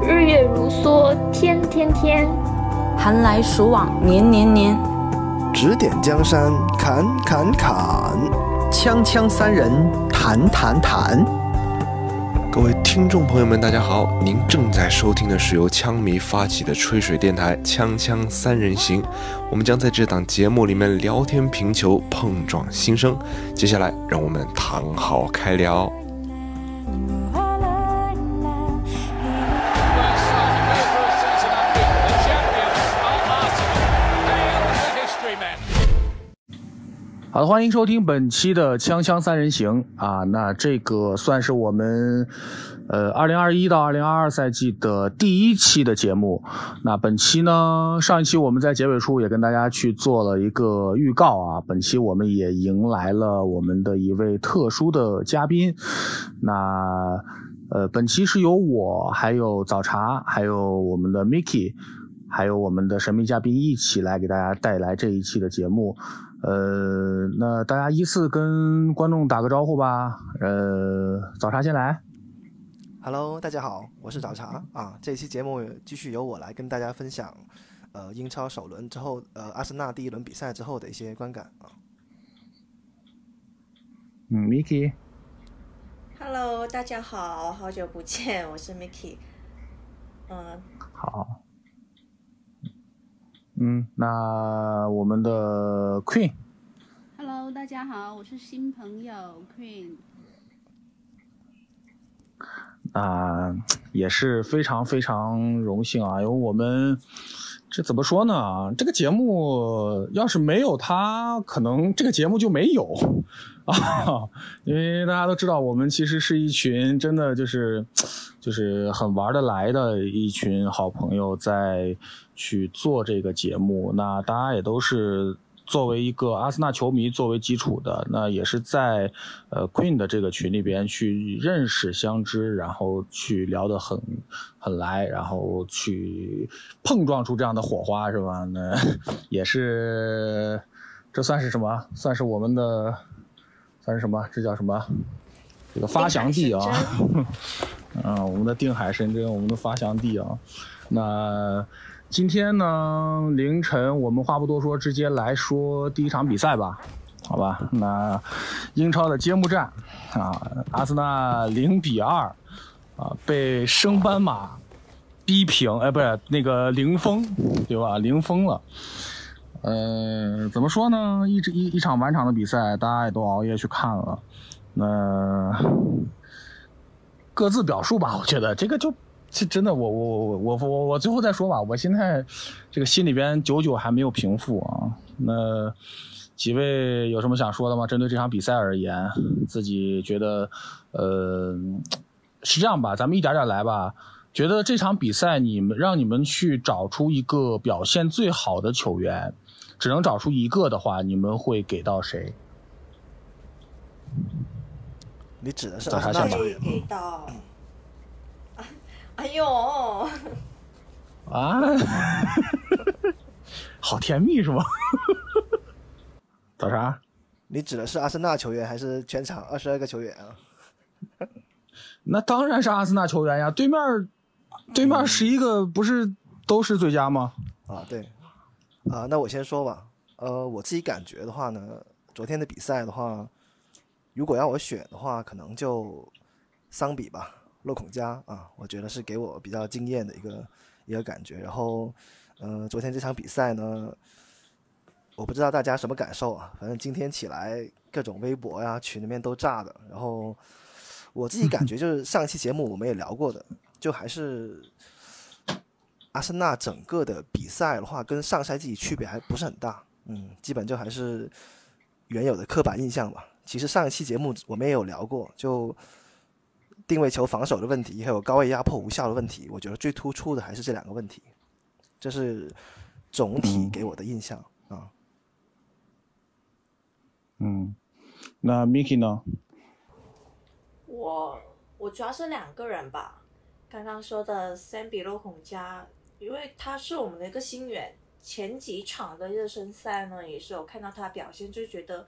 日月如梭，天天天； 寒来暑往，年年年。 指点江山，侃侃侃； 锵锵三人，谈谈谈。 各位听众朋友们，大家好，您正在收听的是由枪迷发起的吹水电台《锵锵三人行》，我们将在这档节目里面聊天评球，碰撞心声。接下来，让我们躺好开聊。 好的，欢迎收听本期的锵锵三人行啊，那这个算是我们2021到2022赛季的第一期的节目。那本期呢，上一期我们在结尾处也跟大家去做了一个预告啊，本期我们也迎来了我们的一位特殊的嘉宾。那本期是由我还有早茶还有我们的 Mickey 还有我们的神秘嘉宾一起来给大家带来这一期的节目。那大家依次跟观众打个招呼吧。早茶先来。 Hello， 大家好，我是早茶啊。这一期节目继续由我来跟大家分享，英超首轮之后，阿森纳第一轮比赛之后的一些观感啊。 Mickey。Hello， 大家好，好久不见，我是 Mickey。 好。那我们的 Queen。Hello， 大家好，我是新朋友 Queen。 也是非常非常荣幸啊，因为我们这怎么说呢？这个节目要是没有他，可能这个节目就没有啊。因为大家都知道，我们其实是一群真的就是很玩得来的一群好朋友在去做这个节目。那大家也都是作为一个阿森纳球迷作为基础的，那也是在Queen 的这个群里边去认识相知，然后去聊得很来，然后去碰撞出这样的火花，是吧？那也是，这算是什么？算是我们的，算是什么？这叫什么？这个发祥地啊！我们的定海神针，我们的发祥地啊！那今天呢，凌晨我们话不多说，直接来说第一场比赛吧，好吧？那英超的揭幕战啊，阿森纳0-2啊，被升班马逼平，不是那个零封，对吧？零封了。怎么说呢？一场完场的比赛，大家也都熬夜去看了。那各自表述吧，我觉得这个就真的，我最后再说吧。我现在这个心里边久久还没有平复啊。那几位有什么想说的吗？针对这场比赛而言，自己觉得是这样吧，咱们一点点来吧。觉得这场比赛让你们去找出一个表现最好的球员，只能找出一个的话，你们会给到谁？ 你指的是阿森纳球员吗？ 给到，哎呦， 好甜蜜是吗？找啥？ 你指的是阿森纳球员还是全场22个球员啊？ 那当然是阿森纳球员呀，对面11个不是都是最佳吗？ 对，那我先说吧。我自己感觉的话呢，昨天的比赛的话，如果要我选的话，可能就桑比吧，洛孔加啊，我觉得是给我比较惊艳的一个感觉。然后，昨天这场比赛呢，我不知道大家什么感受啊，反正今天起来各种微博呀、群里面都炸的。然后我自己感觉就是上期节目我们也聊过的，就还是阿森纳整个的比赛的话，跟上赛季区别还不是很大，基本就还是原有的刻板印象吧。其实上一期节目我们也有聊过，就定位球防守的问题，还有高位压迫无效的问题，我觉得最突出的还是这两个问题，这是总体给我的印象啊。 那 Mickey 呢？ 我主要是两个人吧，刚刚说的桑比洛孔加，因为他是我们的一个新援，前几场的热身赛呢也是有看到他表现，就觉得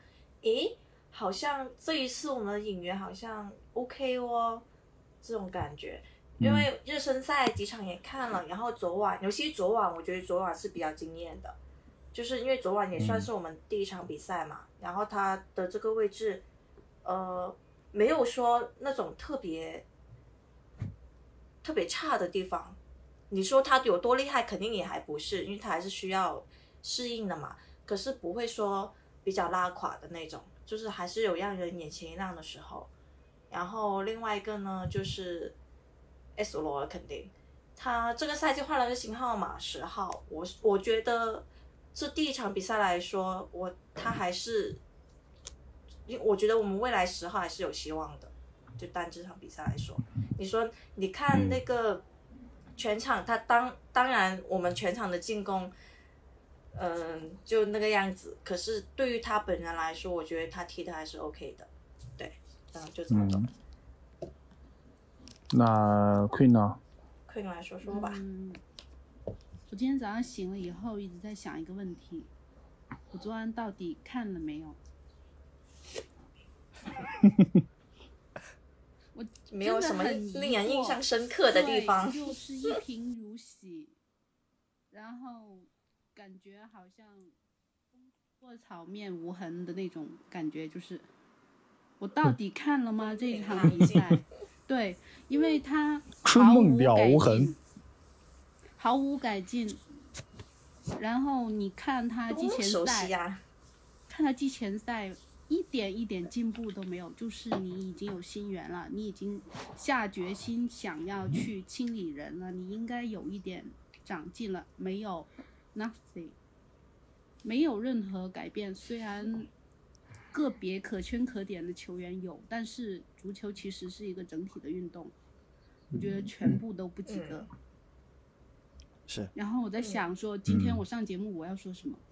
好像这一次我们的引援好像 OK 哦，这种感觉。 因为热身赛几场也看了，然后昨晚，尤其昨晚，我觉得昨晚是比较惊艳的，就是因为昨晚也算是我们第一场比赛嘛，然后他的这个位置，没有说那种特别差的地方。你说他有多厉害，肯定也还不是，因为他还是需要适应的嘛。可是不会说比较拉垮的那种，就是还是有让人眼前一亮的时候。然后另外一个呢，就是 S 罗肯定，他这个赛季换了个新号码10号，我觉得这第一场比赛来说，他还是，我觉得我们未来10号还是有希望的，就单这场比赛来说。你说你看那个全场，他当然我们全场的进攻，就那个样子。可是对于他本人来说，我觉得他踢的还是 OK 的。对，就这么多。 那 Queen 呢 ？Queen 来说吧。 我今天早上醒了以后，一直在想一个问题：我昨晚到底看了没有？我没有什么令人印象深刻的地方， 就是一贫如洗，然后感觉好像过草面无痕的那种感觉，就是我到底看了吗？这一场比赛，对，因为他春梦了无痕， 毫无改进。然后你看他季前赛，看他季前赛。一点进步都没有，就是你已经有心源了，你已经下决心想要去清理人了，你应该有一点长进了，没有 nothing， 没有任何改变。虽然个别可圈可点的球员有，但是足球其实是一个整体的运动，我觉得全部都不及格。 是。 然后我在想说，今天我上节目我要说什么？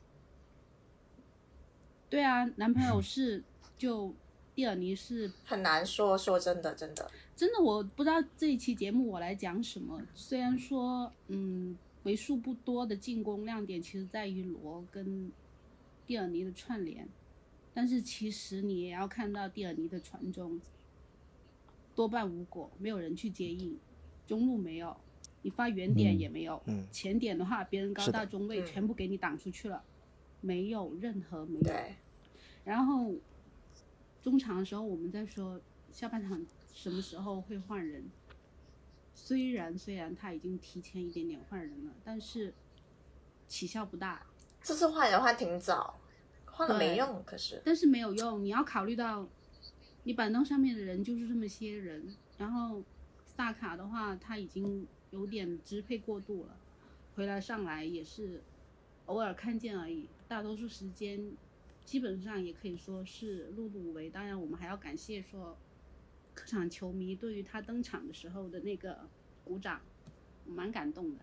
对啊，男朋友是就蒂尔尼是很难说真的， 我不知道这一期节目我来讲什么。虽然说为数不多的进攻亮点其实在于罗跟蒂尔尼的串联，但是其实你也要看到蒂尔尼的传中多半无果，没有人去接应，中路没有，你发远点也没有，前点的话别人高大中卫全部给你挡出去了，没有任何没有。然后中场的时候我们在说下半场什么时候会换人，虽然他已经提前一点点换人了，但是起效不大。 这次换人换挺早，换了没用，但是没有用。你要考虑到你板凳上面的人就是这么些人，然后萨卡的话他已经有点支配过度了，回来上来也是偶尔看见而已，大多数时间基本上也可以说是碌碌无为。当然我们还要感谢说客场球迷对于他登场的时候的那个鼓掌，蛮感动的。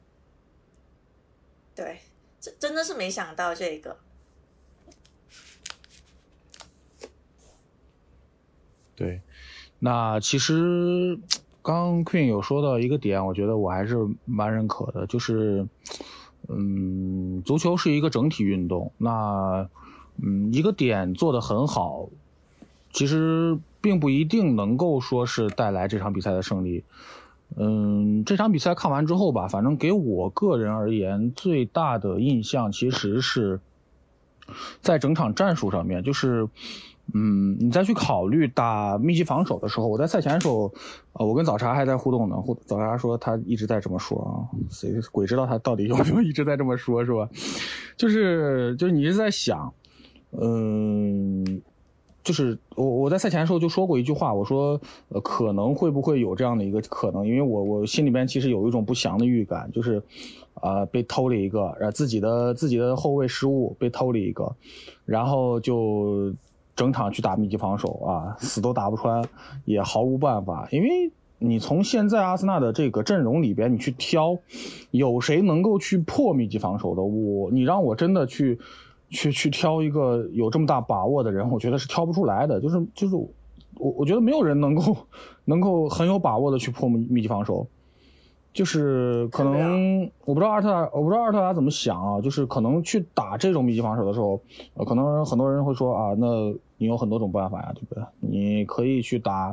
对，这真的是没想到这个。 对，那其实刚 Queen 有说到一个点，我觉得我还是蛮认可的，就是足球是一个整体运动，那一个点做得很好，其实并不一定能够说是带来这场比赛的胜利。这场比赛看完之后吧，反正给我个人而言最大的印象其实是在整场战术上面，就是你再去考虑打密集防守的时候，我在赛前的时候我跟早茶还在互动呢，早茶说他一直在这么说啊，谁鬼知道他到底有没有一直在这么说，是吧？就是你一直在想就是我在赛前的时候就说过一句话，我说可能会不会有这样的一个可能，因为我心里边其实有一种不祥的预感，就是被偷了一个，自己的后卫失误被偷了一个，然后就整场去打密集防守啊，死都打不穿，也毫无办法。因为你从现在阿森纳的这个阵容里边你去挑，有谁能够去破密集防守的，你让我真的去挑一个有这么大把握的人，我觉得是挑不出来的。就是我觉得没有人能够很有把握的去破密集防守。就是可能我不知道阿尔特塔怎么想啊，就是可能去打这种密集防守的时候，可能很多人会说啊，那你有很多种办法呀，对不对？你可以去打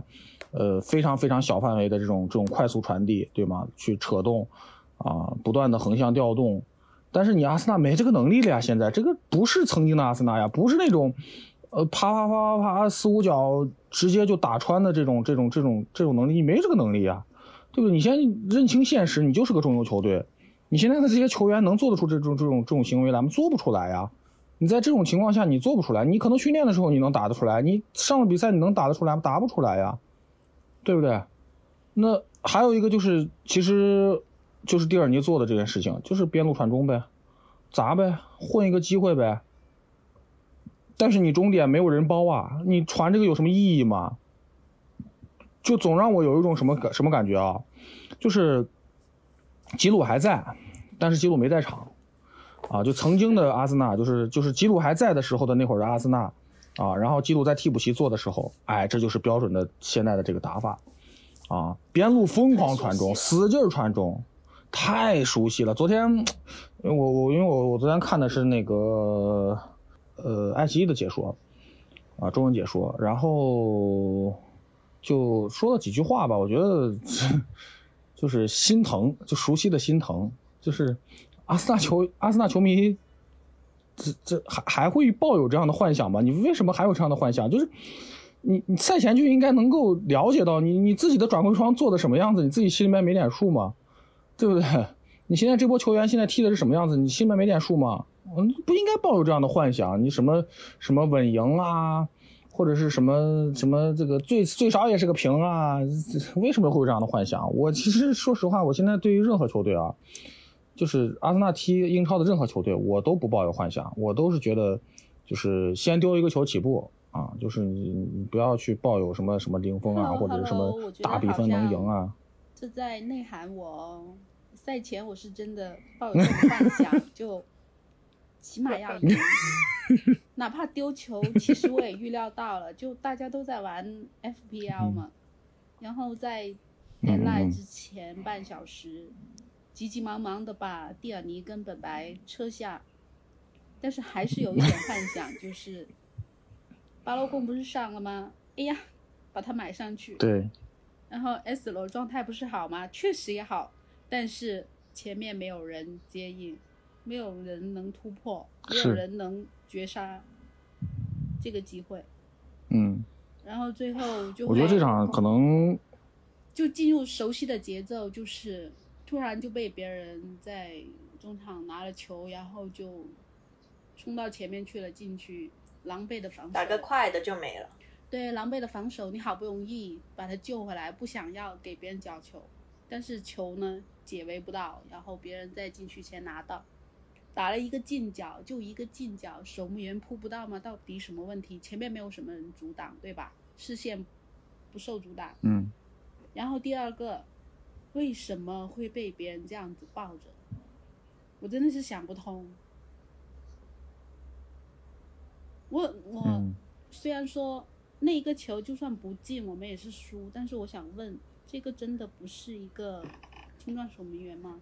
非常非常小范围的这种快速传递，对吗？去扯动不断的横向调动。但是你阿森纳没这个能力了呀，现在这个不是曾经的阿森纳呀，不是那种啪啪啪啪啪4-5脚直接就打穿的这种能力，你没这个能力呀，对不对？你先认清现实，你就是个中游球队，你现在的这些球员能做得出这种行为来吗？做不出来呀。你在这种情况下你做不出来，你可能训练的时候你能打得出来，你上了比赛你能打得出来吗？打不出来呀，对不对？那还有一个就是，其实就是蒂尔尼做的这件事情，就是边路传中呗，砸呗，混一个机会呗。但是你终点没有人包啊，你传这个有什么意义吗？就总让我有一种什么感觉啊，就是吉鲁还在，但是吉鲁没在场就曾经的阿森纳，就是吉鲁还在的时候的那会儿的阿森纳然后吉鲁在替补席做的时候，这就是标准的现在的这个打法边路疯狂传中，使劲传中，太熟悉了。昨天因为我昨天看的是那个爱奇艺的解说中文解说，然后就说了几句话吧，我觉得就是心疼，就熟悉的心疼，就是阿森纳球迷这还会抱有这样的幻想吗？你为什么还有这样的幻想？就是你赛前就应该能够了解到你自己的转会窗做的什么样子，你自己心里面没点数吗？对不对？你现在这波球员现在踢的是什么样子，你心里面没点数吗？不应该抱有这样的幻想。你什么稳赢或者是什么这个最少也是个平为什么会有这样的幻想？我其实说实话，我现在对于任何球队就是阿森纳踢英超的任何球队，我都不抱有幻想，我都是觉得就是先丢一个球起步就是你不要去抱有什么零封或者是什么大比分能赢这在内涵我赛前我是真的抱有这种幻想，就起码要赢，哪怕丢球，其实我也预料到了，就大家都在玩 FPL 嘛，然后在 deadline 之前半小时急急忙忙的把蒂尔尼跟本白撤下，但是还是有一点幻想，就是巴洛贡不是上了吗？哎呀，把他买上去。 对。 然后 S 罗状态不是好吗？确实也好，但是前面没有人接应，没有人能突破，没有人能绝杀这个机会。然后最后我觉得这场可能就进入熟悉的节奏，就是突然就被别人在中场拿了球，然后就冲到前面去了禁区，狼狈的防守， 打个快的就没了。 对，狼狈的防守，你好不容易把他救回来，不想要给别人角球，但是球呢解围不到，然后别人在禁区前拿到，打了一个近角，就一个近角，守门员扑不到吗？到底什么问题？前面没有什么人阻挡，对吧？视线不受阻挡。然后第二个，为什么会被别人这样子抱着？我真的是想不通。我虽然说那一个球就算不进我们也是输，但是我想问，这个真的不是一个冲撞守门员吗？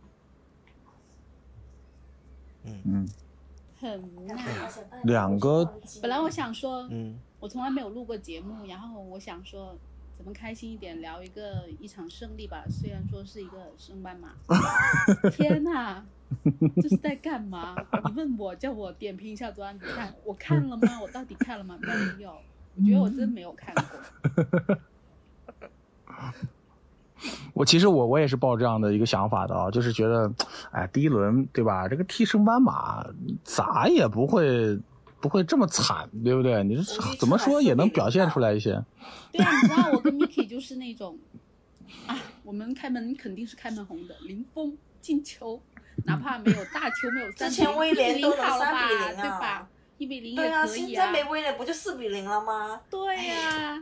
很无奈。 两个本来我想说我从来没有录过节目，然后我想说咱们开心一点，聊一场胜利吧，虽然说是一个升班马。天哪，这是在干嘛？你问我叫我点评一下昨晚比赛，我看了吗？我到底看了吗？没有，我觉得我真没有看过。 其实我也是抱这样的一个想法的就是觉得第一轮对吧，这个踢升班马咋也不会这么惨，对不对？你怎么说也能表现出来一些。 对啊，你知道我跟 Miki 就是那种我们开门肯定是开门红的，零封进球，哪怕没有大球，没有3-0， 之前威廉都能3-0 对吧？1-0也可以对啊，现在没威廉不就4-0了吗？ 对呀。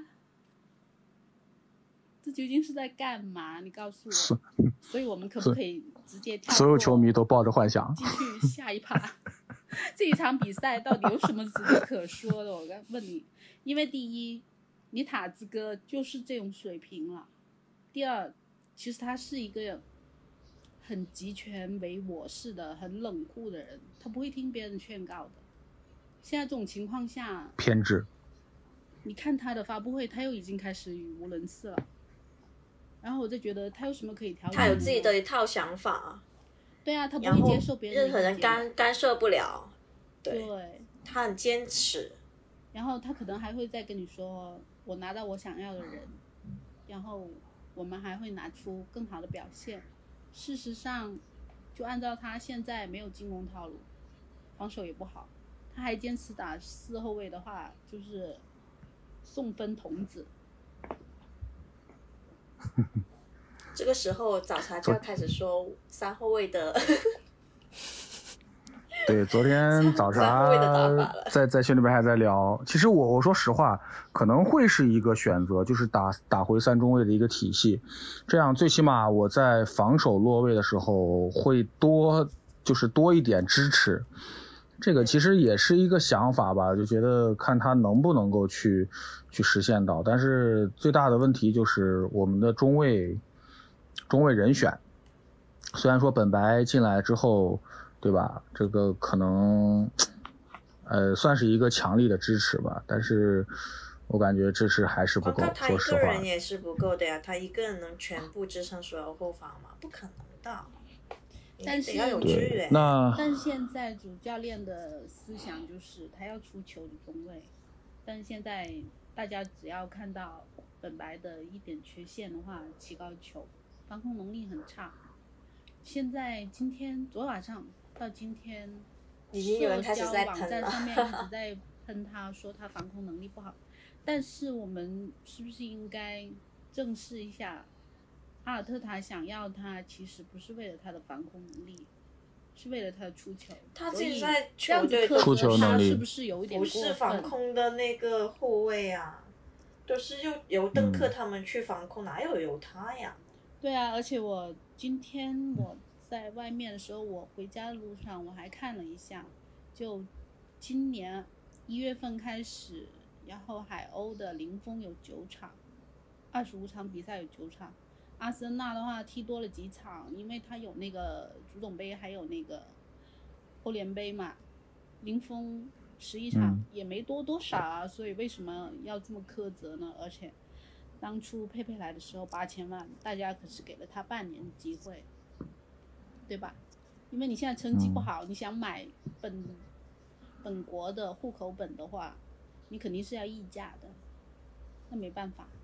这究竟是在干嘛？你告诉我。所以我们可不可以直接跳过？ 所有球迷都抱着幻想继续下一趴。这一场比赛到底有什么值得可说的？我刚问你，因为第一，你塔兹哥就是这种水平了；第二，其实他是一个很集权唯我式的、很冷酷的人，他不会听别人劝告的。现在这种情况下， 偏执。 你看他的发布会，他又已经开始语无伦次了。然后我就觉得他有什么可以调整的？ 他有自己的一套想法。 对啊，他不会接受别人的意见， 任何人干涉不了。 对， 他很坚持。 然后他可能还会再跟你说，我拿到我想要的人，然后我们还会拿出更好的表现。事实上，就按照他现在没有进攻套路，防守也不好，他还坚持打4后卫的话，就是送分童子。 这个时候早茶就要开始说3后卫的对，昨天早茶在群里边还在聊，其实我说实话，可能会是一个选择，就是打回3中卫的一个体系，这样最起码我在防守落位的时候会多一点支持，这个其实也是一个想法吧，就觉得看他能不能够去实现到，但是最大的问题就是我们的中卫人选，虽然说本白进来之后，对吧？这个可能，算是一个强力的支持吧，但是我感觉支持还是不够。 他一个人也是不够的呀，他一个人能全部支撑所有后防吗？不可能的。 但是要有支援。 但是现在主教练的思想就是他要出球的中卫，但是现在大家只要看到本白的一点缺陷的话，起高球，防控能力很差。现在昨晚上到今天， 已经有人开始在网站上面一直在喷他，说他防控能力不好。但是我们是不是应该正视一下，阿尔特塔想要他，其实不是为了他的防控能力，是为了他的出球。 他现在球队出球能力是不是有一点过分？ 不是防控的那个后卫啊，都是由邓克他们去防控，哪有他呀？ 对啊，而且今天我在外面的时候，我回家的路上我还看了一下，就今年1月份开始，然后海鸥的零封有9场，25场比赛有9场。阿森纳的话踢多了几场，因为他有那个足总杯，还有那个欧联杯嘛，零封11场也没多少啊，所以为什么要这么苛责呢？而且当初佩佩来的时候8000万，大家可是给了他半年的机会，对吧？因为你现在成绩不好，你想买本国的户口本的话，你肯定是要溢价的，那没办法。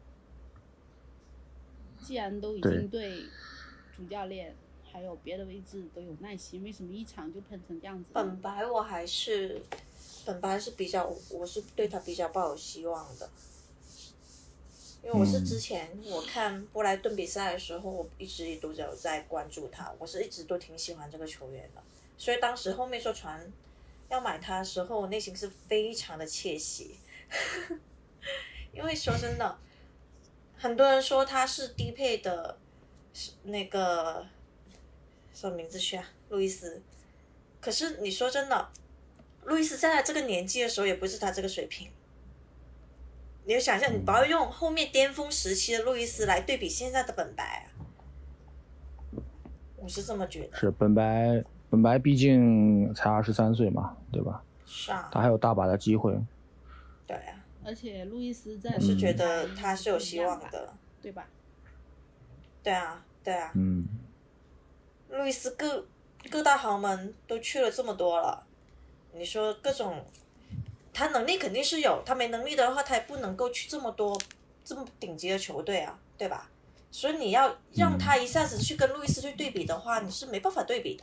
既然都已经对主教练还有别的位置都有耐心，为什么一场就喷成这样子？ 本白是我是对他比较抱有希望的。因为我是之前我看波莱顿比赛的时候，我一直都有在关注他，我是一直都挺喜欢这个球员的，所以当时后面说传要买他的时候，我内心是非常的窃喜。因为说真的，很多人说他是低配的那个什么名字去啊，路易斯，可是你说真的，路易斯在他这个年纪的时候也不是他这个水平。你就想象，你不要用后面巅峰时期的路易斯来对比现在的本白，我是这么觉得。 是本白毕竟才23岁嘛，对吧？ 是啊。 他还有大把的机会。 对啊。 而且路易斯在， 我是觉得他是有希望的， 对吧？ 对啊，对啊。路易斯各大豪门都去了这么多了，你说各种。他能力肯定是有，他没能力的话，他也不能够去这么顶级的球队啊，对吧？所以你要让他一下子去跟路易斯去对比的话，你是没办法对比的。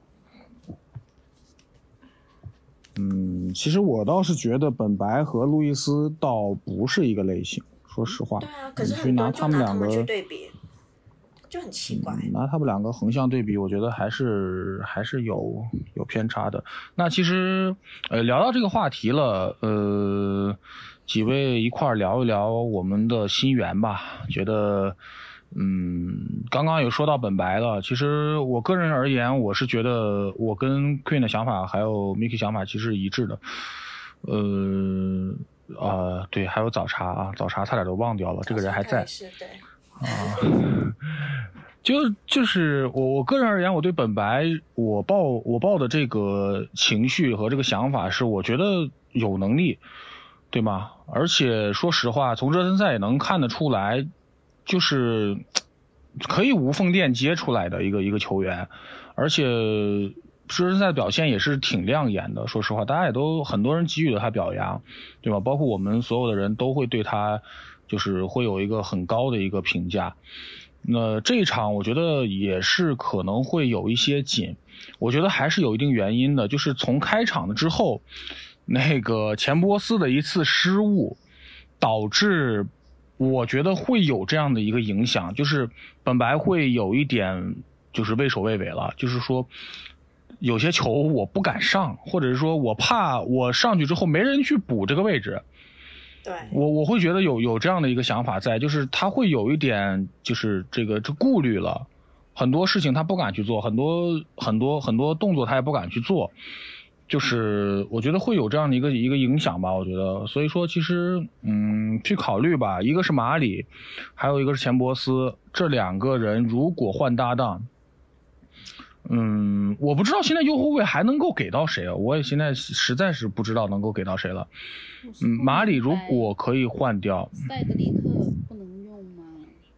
其实我倒是觉得本白和路易斯倒不是一个类型，说实话。 对啊，可是很多人就拿他们去对比，就很奇怪。 拿他们两个横向对比，我觉得还是有偏差的。那其实聊到这个话题了，几位一块聊一聊我们的心源吧。觉得刚刚有说到本白了，其实我个人而言，我是觉得我跟 Queen 的想法还有 Mickey 想法其实一致的。对，还有早茶啊，早茶差点都忘掉了，这个人还在。 是对。 就是我个人而言，我对本白我抱的这个情绪和这个想法是，我觉得有能力， 对吗？而且说实话，从热身赛也能看得出来，就是可以无缝链接出来的一个球员，而且热身赛的表现也是挺亮眼的。说实话，大家也都很多人给予了他表扬，对吧？包括我们所有的人都会对他就是会有一个很高的一个评价。那这一场我觉得也是可能会有一些紧，我觉得还是有一定原因的，就是从开场的之后，那个钱伯斯的一次失误，导致我觉得会有这样的一个影响，就是本白会有一点就是畏首畏尾了，就是说有些球我不敢上，或者是说我怕我上去之后没人去补这个位置。 对， 我会觉得有这样的一个想法在，就是他会有一点就是这顾虑了，很多事情他不敢去做，很多动作他也不敢去做，就是我觉得会有这样的一个影响吧，我觉得。所以说其实去考虑吧，一个是马里，还有一个是钱伯斯，这两个人如果换搭档，我不知道现在右后卫还能够给到谁啊？我也现在实在是不知道能够给到谁了。马里如果可以换掉， 塞德里克不能用吗？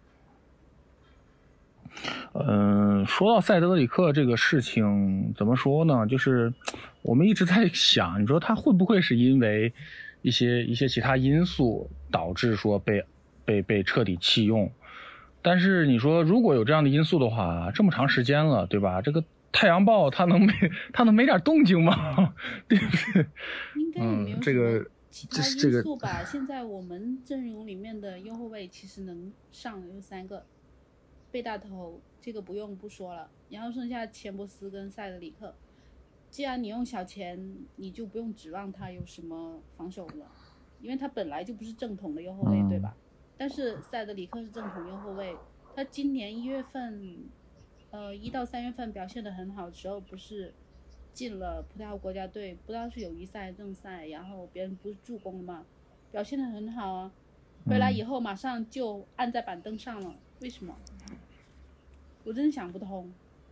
说到塞德里克这个事情，怎么说呢？就是我们一直在想，你说他会不会是因为一些其他因素导致说被彻底弃用？但是你说如果有这样的因素的话，这么长时间了，对吧？这个太阳报他能没点动静吗？对不对？ 应该也没有这个其他因素吧。现在我们阵容里面的右后卫其实能上的就3个，贝大头这个不用不说了，然后剩下钱伯斯跟塞德里克。既然你用小钱，你就不用指望他有什么防守了，因为他本来就不是正统的右后卫，对吧？但是塞德里克是正统右后卫，他今年1月份，1到3月份表现得很好的时候，不是进了葡萄牙国家队，不知道是友谊赛正赛，然后别人不是助攻嘛，表现得很好啊。回来以后马上就按在板凳上了，为什么？我真想不通。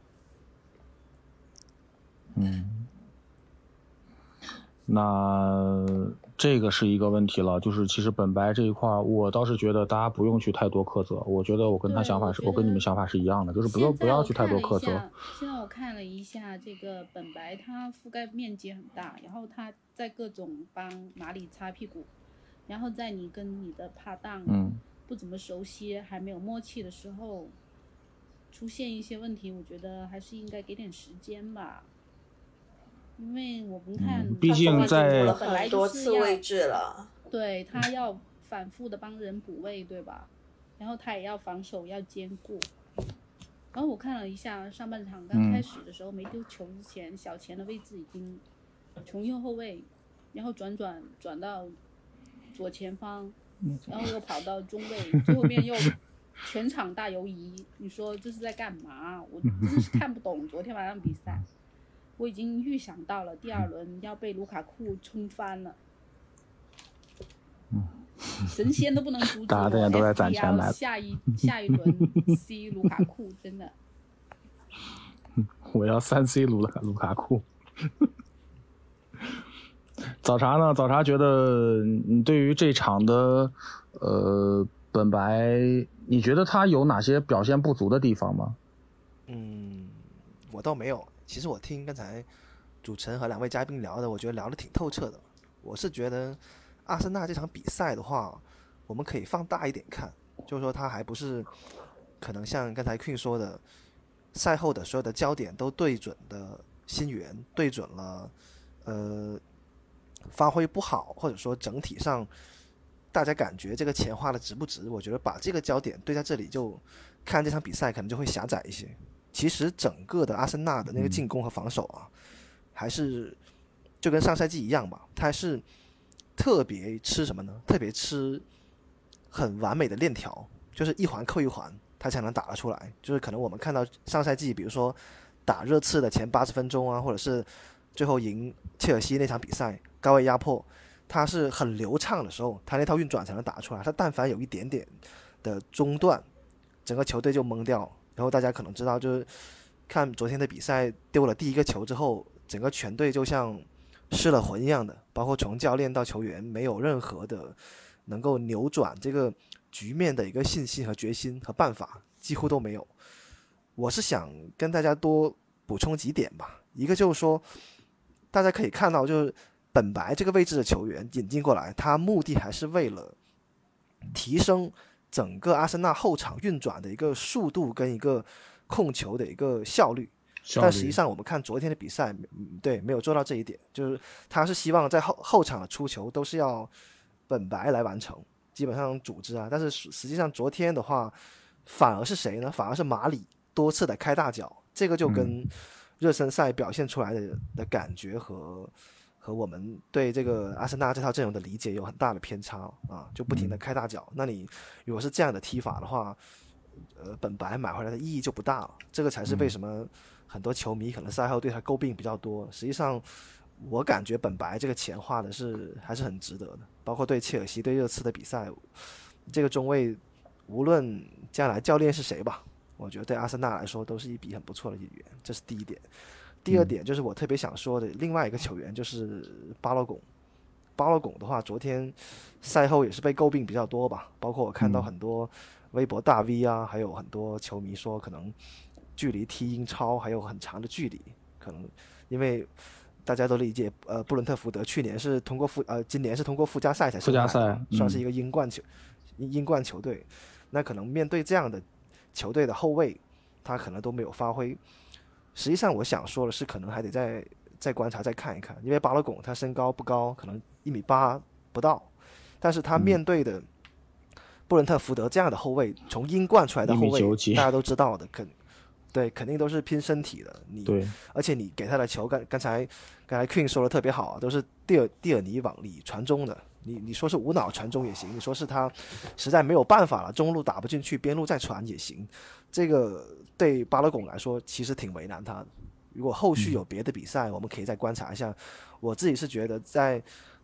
那这个是一个问题了，就是其实本白这一块，我倒是觉得大家不用去太多苛责。我觉得我跟你们想法是一样的，就是不要去太多苛责。 现在我看了一下这个本白，它覆盖面积很大，然后它在各种帮马里擦屁股，然后在你跟你的拍档不怎么熟悉还没有默契的时候出现一些问题，我觉得还是应该给点时间吧。因为我们看， 毕竟在本来多次位置了， 对，他要反复的帮人补位，对吧？然后他也要防守要兼顾。然后我看了一下上半场刚开始的时候，没丢球之前，小钱的位置已经从右后卫，然后转到左前方，然后又跑到中卫，最后面又全场大游移。你说这是在干嘛？我真是看不懂昨天晚上比赛。我已经预想到了第2轮要被卢卡库冲翻了，神仙都不能阻止大家都在攒钱来。 下一轮 C 卢卡库真的， 我要3C 卢卡库。早茶呢？早茶觉得你对于这场的本白，你觉得他有哪些表现不足的地方吗？ 我倒没有。其实我听刚才主持人和2位嘉宾聊的，我觉得聊得挺透彻的。我是觉得阿森纳这场比赛的话，我们可以放大一点看，就是说他还不是可能像刚才 Queen 说的，赛后的所有的焦点都对准的新援，对准了发挥不好，或者说整体上大家感觉这个钱花的值不值。我觉得把这个焦点对在这里，就看这场比赛可能就会狭窄一些。其实整个的阿森纳的那个进攻和防守啊，还是就跟上赛季一样吧，他还是特别吃什么呢？特别吃很完美的链条，就是一环扣一环，他才能打得出来。就是可能我们看到上赛季，比如说打热刺的前80分钟啊，或者是最后赢切尔西那场比赛，高位压迫，他是很流畅的时候，他那套运转才能打出来。他但凡有一点点的中断，整个球队就懵掉。然后大家可能知道，就是看昨天的比赛丢了第1个球之后，整个全队就像失了魂一样的，包括从教练到球员没有任何的能够扭转这个局面的一个信心和决心和办法，几乎都没有。我是想跟大家多补充几点吧，一个就是说，大家可以看到，就是本白这个位置的球员引进过来，他目的还是为了提升整个阿森纳后场运转的一个速度跟一个控球的一个效率。但实际上我们看昨天的比赛，对，没有做到这一点，就是他是希望在后场的出球都是要本白来完成，基本上组织啊，但是实际上昨天的话反而是谁呢？反而是马里多次的开大脚，这个就跟热身赛表现出来的感觉和我们对这个阿森纳这套阵容的理解有很大的偏差啊，就不停的开大脚。那你如果是这样的踢法的话，本白买回来的意义就不大了。这个才是为什么很多球迷可能赛后对他诟病比较多。实际上，我感觉本白这个钱花的还是很值得的。包括对切尔西、对热刺的比赛，这个中卫无论将来教练是谁吧，我觉得对阿森纳来说都是一笔很不错的引援，这是第一点。第二点就是我特别想说的另外一个球员，就是巴洛贡。巴洛贡的话，昨天赛后也是被诟病比较多吧，包括我看到很多微博大 V 啊，还有很多球迷说可能距离踢英超还有很长的距离，可能因为大家都理解，布伦特福德去年是通过今年是通过附加赛才升来的，算是一个英冠球队，那可能面对这样的球队的后卫，他可能都没有发挥。实际上我想说的是，可能还得再观察再看一看，因为巴洛贡他身高不高，可能1.8米不到，但是他面对的布伦特福德这样的后卫，从英冠出来的后卫，大家都知道的，肯定都是拼身体的。而且你给他的球，刚才 Queen 说的特别好啊，都是蒂尔尼往里传中的。你说是无脑传中也行，你说是他实在没有办法了，中路打不进去，边路再传也行。这个对巴勒贡来说其实挺为难他的。如果后续有别的比赛，我们可以再观察一下。我自己是觉得在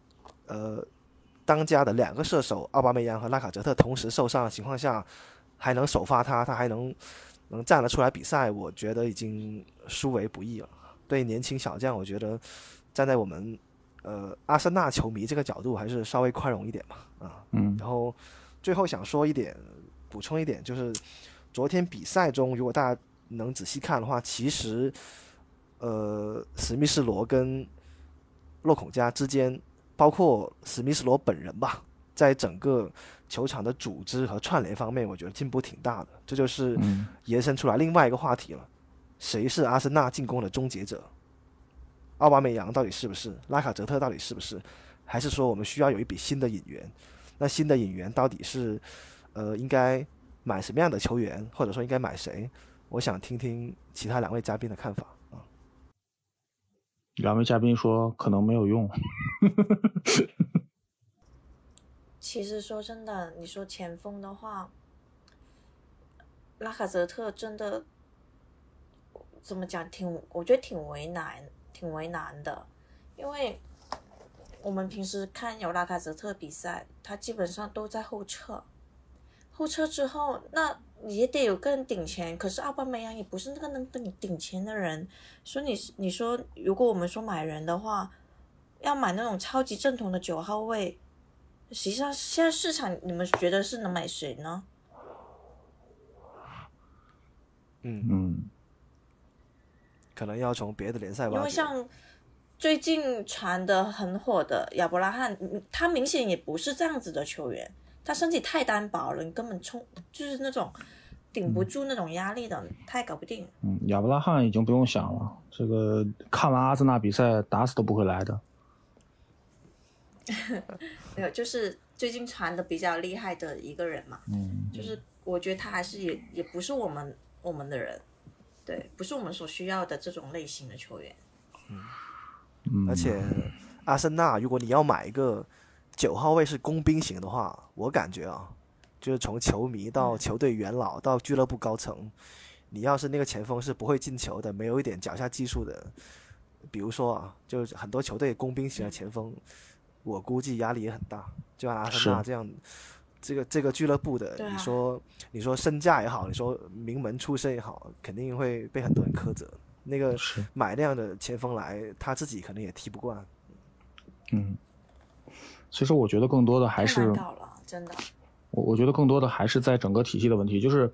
当家的2个射手奥巴梅扬和拉卡泽特同时受伤的情况下，还能首发他还能站得出来比赛，我觉得已经殊为不易了。对年轻小将，我觉得站在我们阿森纳球迷这个角度，还是稍微宽容一点吧。然后最后想说一点，补充一点，就是昨天比赛中，如果大家能仔细看的话，其实史密斯罗跟洛孔加之间，包括史密斯罗本人吧，在整个球场的组织和串联方面，我觉得进步挺大的。这就是延伸出来另外一个话题了，谁是阿森纳进攻的终结者？奥巴梅扬到底是不是？拉卡泽特到底是不是？还是说我们需要有一笔新的引援？那新的引援到底是应该买什么样的球员，或者说应该买谁？我想听听其他2位嘉宾的看法啊。 2位嘉宾说可能没有用。 其实说真的，你说前锋的话，拉卡泽特真的怎么讲，我觉得挺为难的，因为我们平时看有拉卡泽特比赛，他基本上都在后撤之后，那也得有个人顶前，可是奥巴梅扬也不是那个能顶前的人，所以你说如果我们说买人的话，要买那种超级正统的9号位，实际上现在市场你们觉得是能买谁呢？ 可能要从别的联赛挖掘。 因为像最近传的很火的亚伯拉罕，他明显也不是这样子的球员，他身体太单薄了，你根本就是那种顶不住那种压力的，他也搞不定。 亚伯拉罕已经不用想了，这个看完阿森纳比赛打死都不会来的。 没有，就是最近传的比较厉害的一个人嘛，就是我觉得他还是也不是我们的人，对，不是我们所需要的这种类型的球员。 而且阿森纳如果你要买一个9号位是工兵型的话，我感觉啊，就是从球迷到球队元老到俱乐部高层，你要是那个前锋是不会进球的，没有一点脚下技术的，比如说啊，就是很多球队工兵型的前锋，我估计压力也很大。就像阿森纳这样，这个俱乐部的，你说身价也好，你说名门出身也好，肯定会被很多人苛责。那个买那样的前锋来，他自己可能也踢不惯。 所以说我觉得更多的还是太难搞了，真的。 我觉得更多的还是在整个体系的问题，就是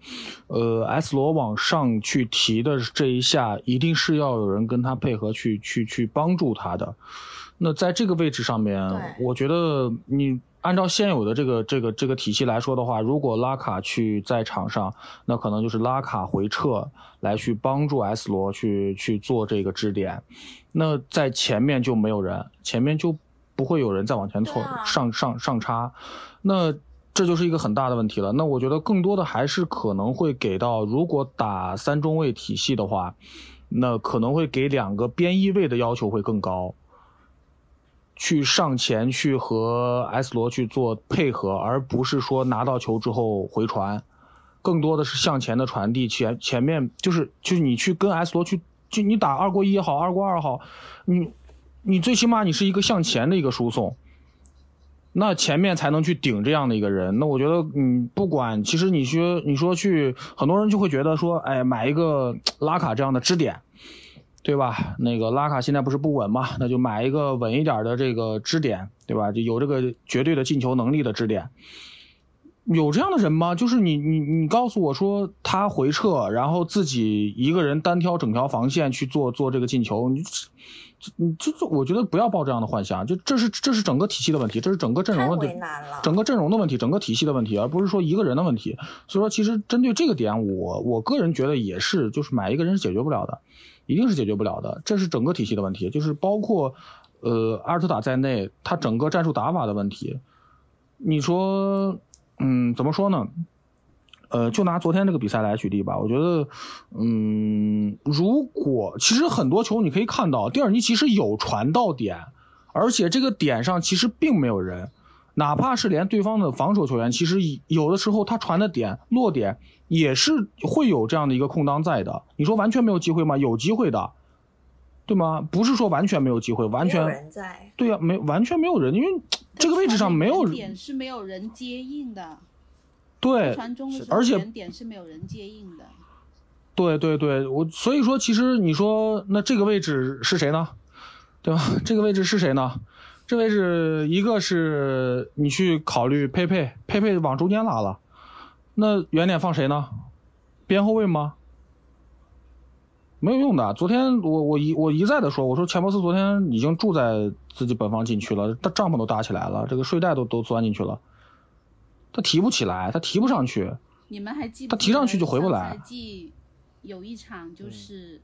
S 罗往上去提的这一下，一定是要有人跟他配合去帮助他的。那在这个位置上面，我觉得你按照现有的这个体系来说的话，如果拉卡去在场上，那可能就是拉卡回撤来去帮助 S 罗去做这个支点。那在前面就没有人，前面就不会有人再往前上插。那这就是一个很大的问题了。那我觉得更多的还是可能会给到，如果打3中卫体系的话，那可能会给2个边翼位的要求会更高，去上前去和 S 罗去做配合，而不是说拿到球之后回传，更多的是向前的传递。前面就是你去跟 S 罗去你打2过1也好，2过2好，你最起码你是一个向前的一个输送，那前面才能去顶这样的一个人。那我觉得不管，其实你说去，很多人就会觉得说，哎，买一个拉卡这样的支点，对吧？那个拉卡现在不是不稳嘛，那就买一个稳一点的这个支点，对吧？就有这个绝对的进球能力的支点。有这样的人吗？就是你告诉我说他回撤，然后自己一个人单挑整条防线去做这个进球，我觉得不要抱这样的幻想。就这是整个体系的问题，这是整个阵容的问题，整个阵容的问题，整个体系的问题，而不是说一个人的问题。所以说，其实针对这个点，我个人觉得也是，就是买一个人是解决不了的，一定是解决不了的。这是整个体系的问题，就是包括阿尔特塔在内，他整个战术打法的问题。你说。怎么说呢？就拿昨天这个比赛来举例吧，我觉得，如果其实很多球你可以看到，蒂尔尼其实有传到点，而且这个点上其实并没有人，哪怕是连对方的防守球员，其实有的时候他传的点落点也是会有这样的一个空当在的。你说完全没有机会吗？有机会的，对吗？不是说完全没有机会，完全没有人在。 对呀，完全没有人，因为这个位置上没有点是没有人接应的。 对， 传中的时候， 而且点是没有人接应的。 对，所以说，其实你说那这个位置是谁呢？对吧？这个位置是谁呢？这位置一个是你去考虑佩佩往中间拉了，那远点放谁呢？边后卫吗？没有用的。昨天我一再的说，我说钱伯斯昨天已经住在自己本方禁区了，帐篷都搭起来了，这个睡袋都钻进去了，他提不起来，他提不上去。 你们还记不记得他提上去就回不来。 上赛季有一场就是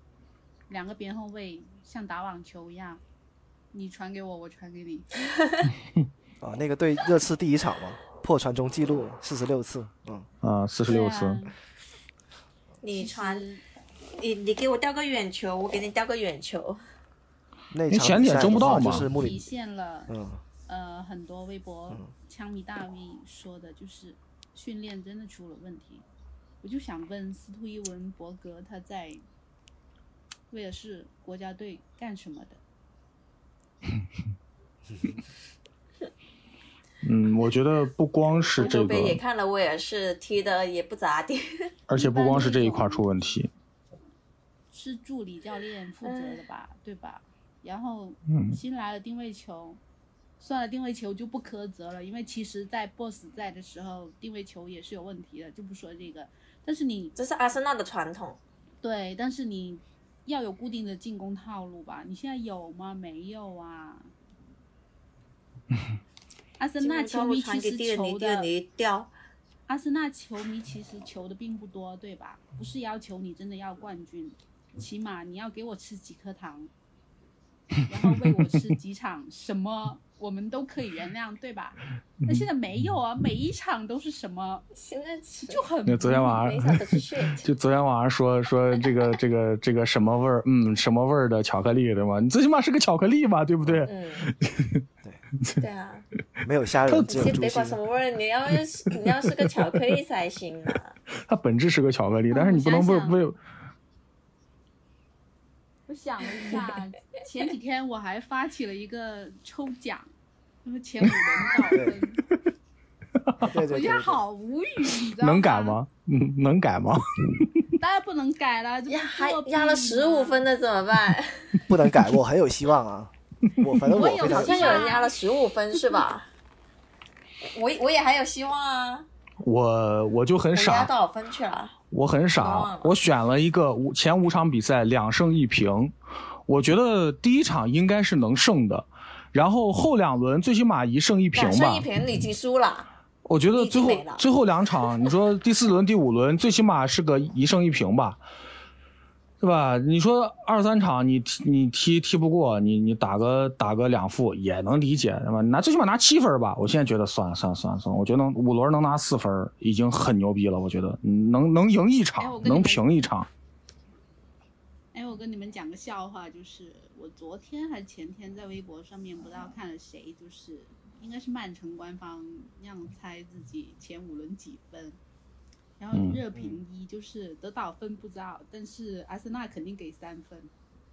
2个边后卫像打网球一样，你传给我，我传给你。 啊，那个对热刺第1场嘛，破传中记录46次 ，46次。 你传。你给我吊个远球，我给你吊个远球。 那场前点争不到嘛， 体现了很多微博枪迷大 V 说的，就是训练真的出了问题。我就想问斯图伊文伯格他在威尔士国家队干什么的？ 我觉得不光是这个， 杯也看了威尔士踢的也不咋地， 而且不光是这一块出问题。 是助理教练负责的吧，对吧？然后新来了定位球，算了，定位球就不苛责了，因为其实在 BOSS 在的时候定位球也是有问题的，就不说这个。但是这是阿森纳的传统。 对，但是你要有固定的进攻套路吧？你现在有吗？没有啊。阿森纳球迷其实求的，阿森纳球迷其实求的并不多，对吧？不是要求你真的要冠军。起码你要给我吃几颗糖，然后喂我吃几场什么，我们都可以原谅，对吧？那现在没有啊，每一场都是什么， 现在就很。 昨天晚上说这个什么味儿，什么味儿的巧克力，对吗？你最起码是个巧克力吧，对不对？ 对啊， 没有虾仁， 先别管什么味儿，你要是个巧克力才行啊。 它本质是个巧克力，但是你不能为。 我想了一下，前几天我还发起了一个抽奖，那么前5轮到分，我觉得好无语，你知道吗？ 能改吗？能改吗？ 当然不能改了， 还压了15分的怎么办？ 不能改，我很有希望啊。 反正我我有好非常像有人压了15分是吧？我也还有希望啊。 我就很我压傻， 多少分去了？ 我很忘傻了， 我选了一个前5场比赛2胜1平，我觉得第一场应该是能胜的，然后后2轮最起码1胜1平 2 吧胜1。平，你已经输了。 我觉得已经没了最后2场，你说第4轮、第5轮最起码是个1胜1平吧，对吧？你说2、3场你踢不过，你打个2负也能理解，对吧？最起码拿7分吧。我现在觉得算了，我觉得5轮能拿4分已经很牛逼了。我觉得能赢一场，能平一场。 哎，我跟你们讲个笑话，就是我昨天还是前天在微博上面不知道看了谁，就是应该是曼城官方让猜自己前5轮几分，然后热评1就是得到分不知道，但是阿森纳肯定给3分。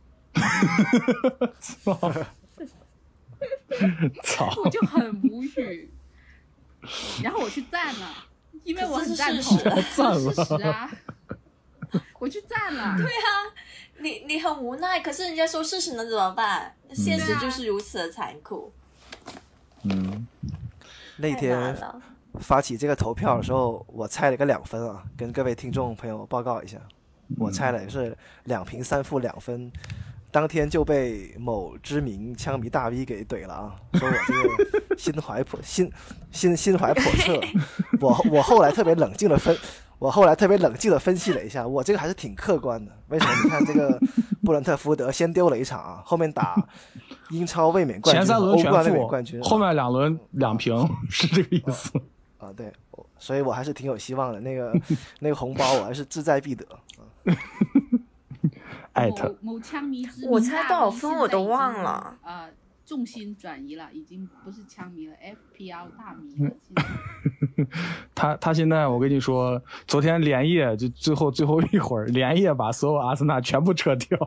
操！ 我就很无语，然后我去赞了，因为我很赞同， 这是事实啊。我去赞了。 对啊，你很无奈，可是人家说事实能怎么办？现实就是如此的残酷。 那天发起这个投票的时候，我猜了个2分啊，跟各位听众朋友报告一下，我猜了也是2平3负2分，当天就被某知名枪迷大 V 给怼了啊，说我这个心怀叵测。我后来特别冷静的分析了一下，我这个还是挺客观的。为什么？你看这个布伦特福德先丢了一场啊，后面打英超卫冕冠军、 前3轮全欧冠卫冕负冠军， 后面2轮2平，是这个意思。 啊，对，所以我还是挺有希望的。那个红包我还是志在必得。 艾特某枪迷之我猜多少分我都忘了。 重心转移了，已经不是枪迷了 ，FPL 大迷了。 他现在我跟你说，昨天连夜就最后一会儿，连夜把所有阿森纳全部撤掉。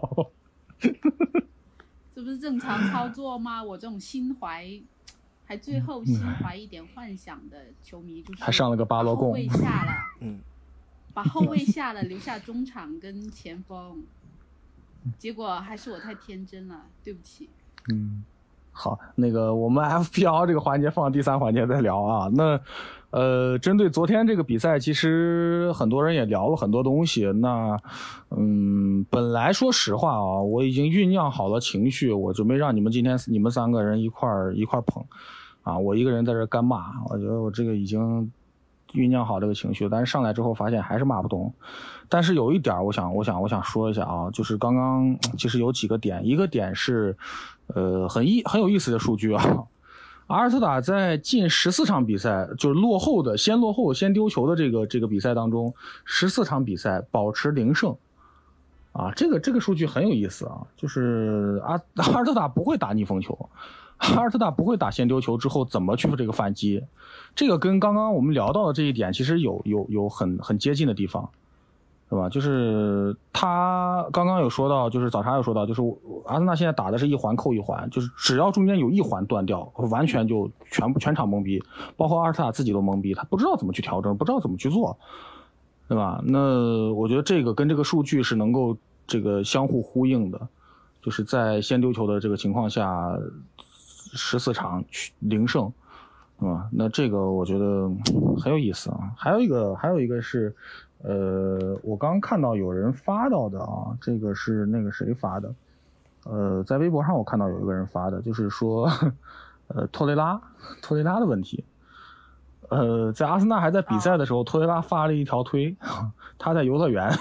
这不是正常操作吗？我这种还最后心怀一点幻想的球迷，就是还上了个巴罗贡， 后卫下了，把后卫下了，留下中场跟前锋，结果还是我太天真了，对不起。 好，那个我们 FPL 这个环节放第3环节再聊啊。那针对昨天这个比赛，其实很多人也聊了很多东西。那本来说实话啊，我已经酝酿好了情绪，我准备让你们今天你们3个人一块捧啊，我一个人在这干骂，我觉得我这个已经酝酿好这个情绪，但是上来之后发现还是骂不动。但是有一点我想说一下啊，就是刚刚其实有几个点，一个点是很有意思的数据啊。阿尔特塔在近14场比赛，就是先落后先丢球的这个比赛当中，14场比赛保持0胜啊，这个数据很有意思啊，就是阿尔特塔不会打逆风球，阿尔特塔不会打先丢球之后怎么去这个反击，这个跟刚刚我们聊到的这一点其实有很接近的地方，对吧？就是他刚刚有说到，就是早茶有说到，就是阿森纳现在打的是一环扣一环，就是只要中间有一环断掉，完全就全场懵逼，包括阿尔特塔自己都懵逼，他不知道怎么去调整，不知道怎么去做，对吧？那我觉得这个跟这个数据是能够这个相互呼应的，就是在先丢球的这个情况下，14场0胜，那这个我觉得很有意思啊。还有一个是。我刚看到有人发到的啊，这个是那个谁发的，在微博上我看到有一个人发的，就是说，托雷拉的问题，在阿森纳还在比赛的时候，托雷拉发了一条推，他在游乐园，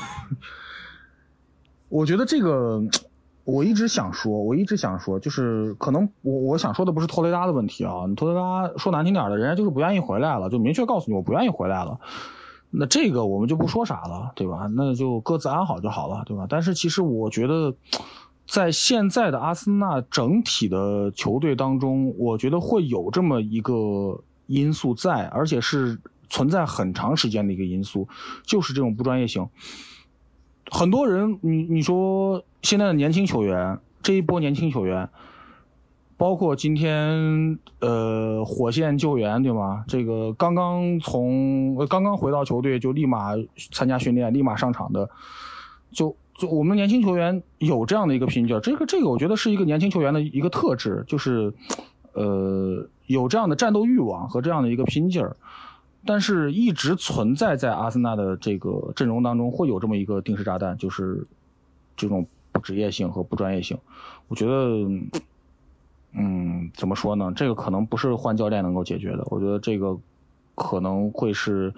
我觉得这个我一直想说，就是可能我想说的不是托雷拉的问题啊，托雷拉说难听点的，人家就是不愿意回来了，就明确告诉你我不愿意回来了。那这个我们就不说啥了，对吧？那就各自安好就好了，对吧？但是其实我觉得在现在的阿森纳整体的球队当中，我觉得会有这么一个因素在，而且是存在很长时间的一个因素，就是这种不专业性。很多人你说现在的年轻球员，这一波年轻球员，包括今天火线救援，对吗？这个刚刚回到球队就立马参加训练，立马上场的，就就我们年轻球员有这样的一个拼劲儿，这个我觉得是一个年轻球员的一个特质，就是有这样的战斗欲望和这样的一个拼劲儿。但是一直存在在阿森纳的这个阵容当中，会有这么一个定时炸弹，就是这种不职业性和不专业性。我觉得，怎么说呢？这个可能不是换教练能够解决的。我觉得这个可能会是，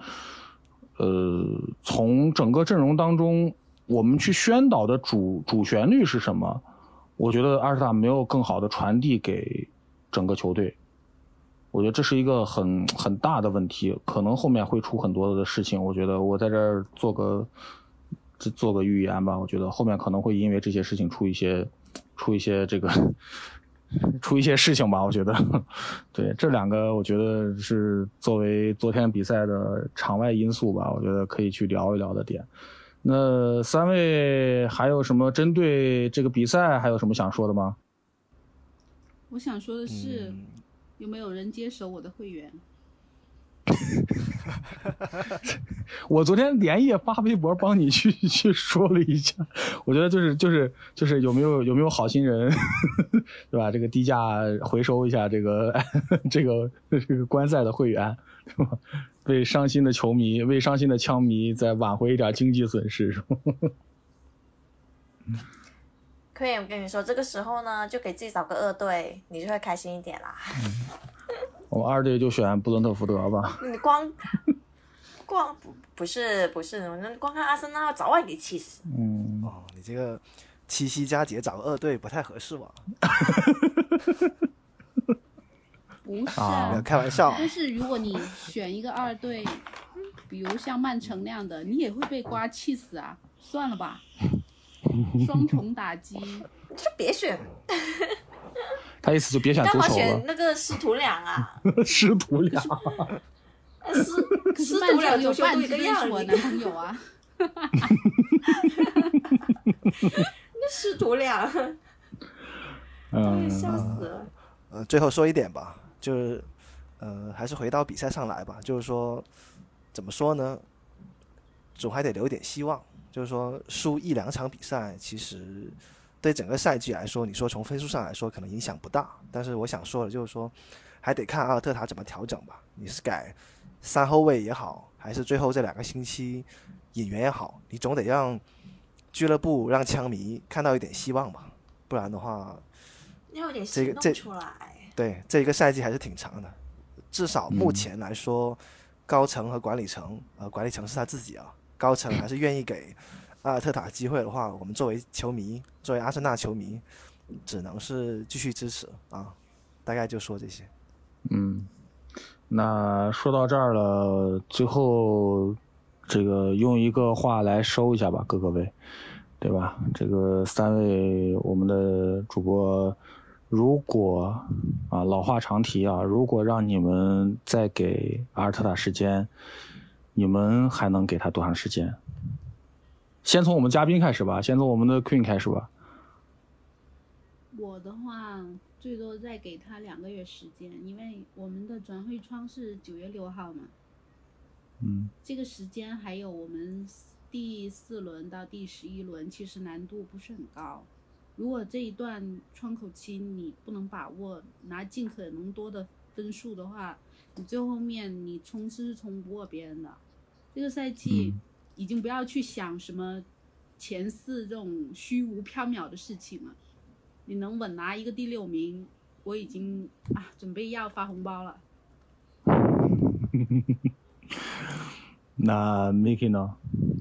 从整个阵容当中，我们去宣导的主旋律是什么？我觉得阿尔特塔没有更好的传递给整个球队。我觉得这是一个很大的问题，可能后面会出很多的事情。我觉得我在这儿做个预言吧，我觉得后面可能会因为这些事情出一些事情吧。我觉得，对这两个，我觉得是作为昨天比赛的场外因素吧，我觉得可以去聊一聊的点。那三位还有什么针对这个比赛还有什么想说的吗？ 我想说的是。有没有人接手我的会员？ 我昨天连夜发微博帮你去说了一下，我觉得就是有没有好心人，对吧？这个低价回收一下这个观赛的会员，对吧？为伤心的球迷、为伤心的枪迷再挽回一点经济损失，是吧？ 可以，我跟你说，这个时候呢，就给自己找个二队，你就会开心一点啦。 我们二队就选布伦特福德吧。 你光不是，光看阿森纳早晚给气死。 你这个七夕佳节找个二队不太合适吧？ 不是啊， 开玩笑。 但是如果你选一个二队，比如像曼城那样的，你也会被瓜气死啊！算了吧。双重打击， 就别选。 他意思就别选足球了。 干嘛选那个师徒俩啊？ 师徒俩。 师徒俩有半只队是我男朋友啊。 那师徒俩，笑死了。 最后说一点吧，就是还是回到比赛上来吧，就是说怎么说呢，总还得留一点希望。就是说输1-2场比赛其实对整个赛季来说，你说从分数上来说可能影响不大，但是我想说的就是说还得看阿尔特塔怎么调整吧。你是改3后卫也好，还是最后这2个星期引援也好，你总得让俱乐部让枪迷看到一点希望吧，不然的话要有点行动出来。 对，这一个赛季还是挺长的，至少目前来说，高层和管理层管理层是他自己啊，高层还是愿意给阿尔特塔机会的话，我们作为球迷，作为阿森纳球迷，只能是继续支持啊。大概就说这些。 那说到这儿了，最后这个用一个话来收一下吧，各位，对吧？这个3位我们的主播，如果老话常提啊，如果让你们再给阿尔特塔时间，你们还能给他多长时间？先从我们嘉宾开始吧，先从我们的 Queen 开始吧。 我的话最多再给他2个月时间，因为我们的转会窗是9月6号嘛。这个时间还有我们第4轮到第11轮，其实难度不是很高。如果这一段窗口期你不能把握，拿尽可能多的分数的话，你最后面你冲刺是冲不过别人的。这个赛季已经不要去想什么前4这种虚无缥缈的事情了，你能稳拿一个第6名，我已经准备要发红包了。 那 Miki 呢？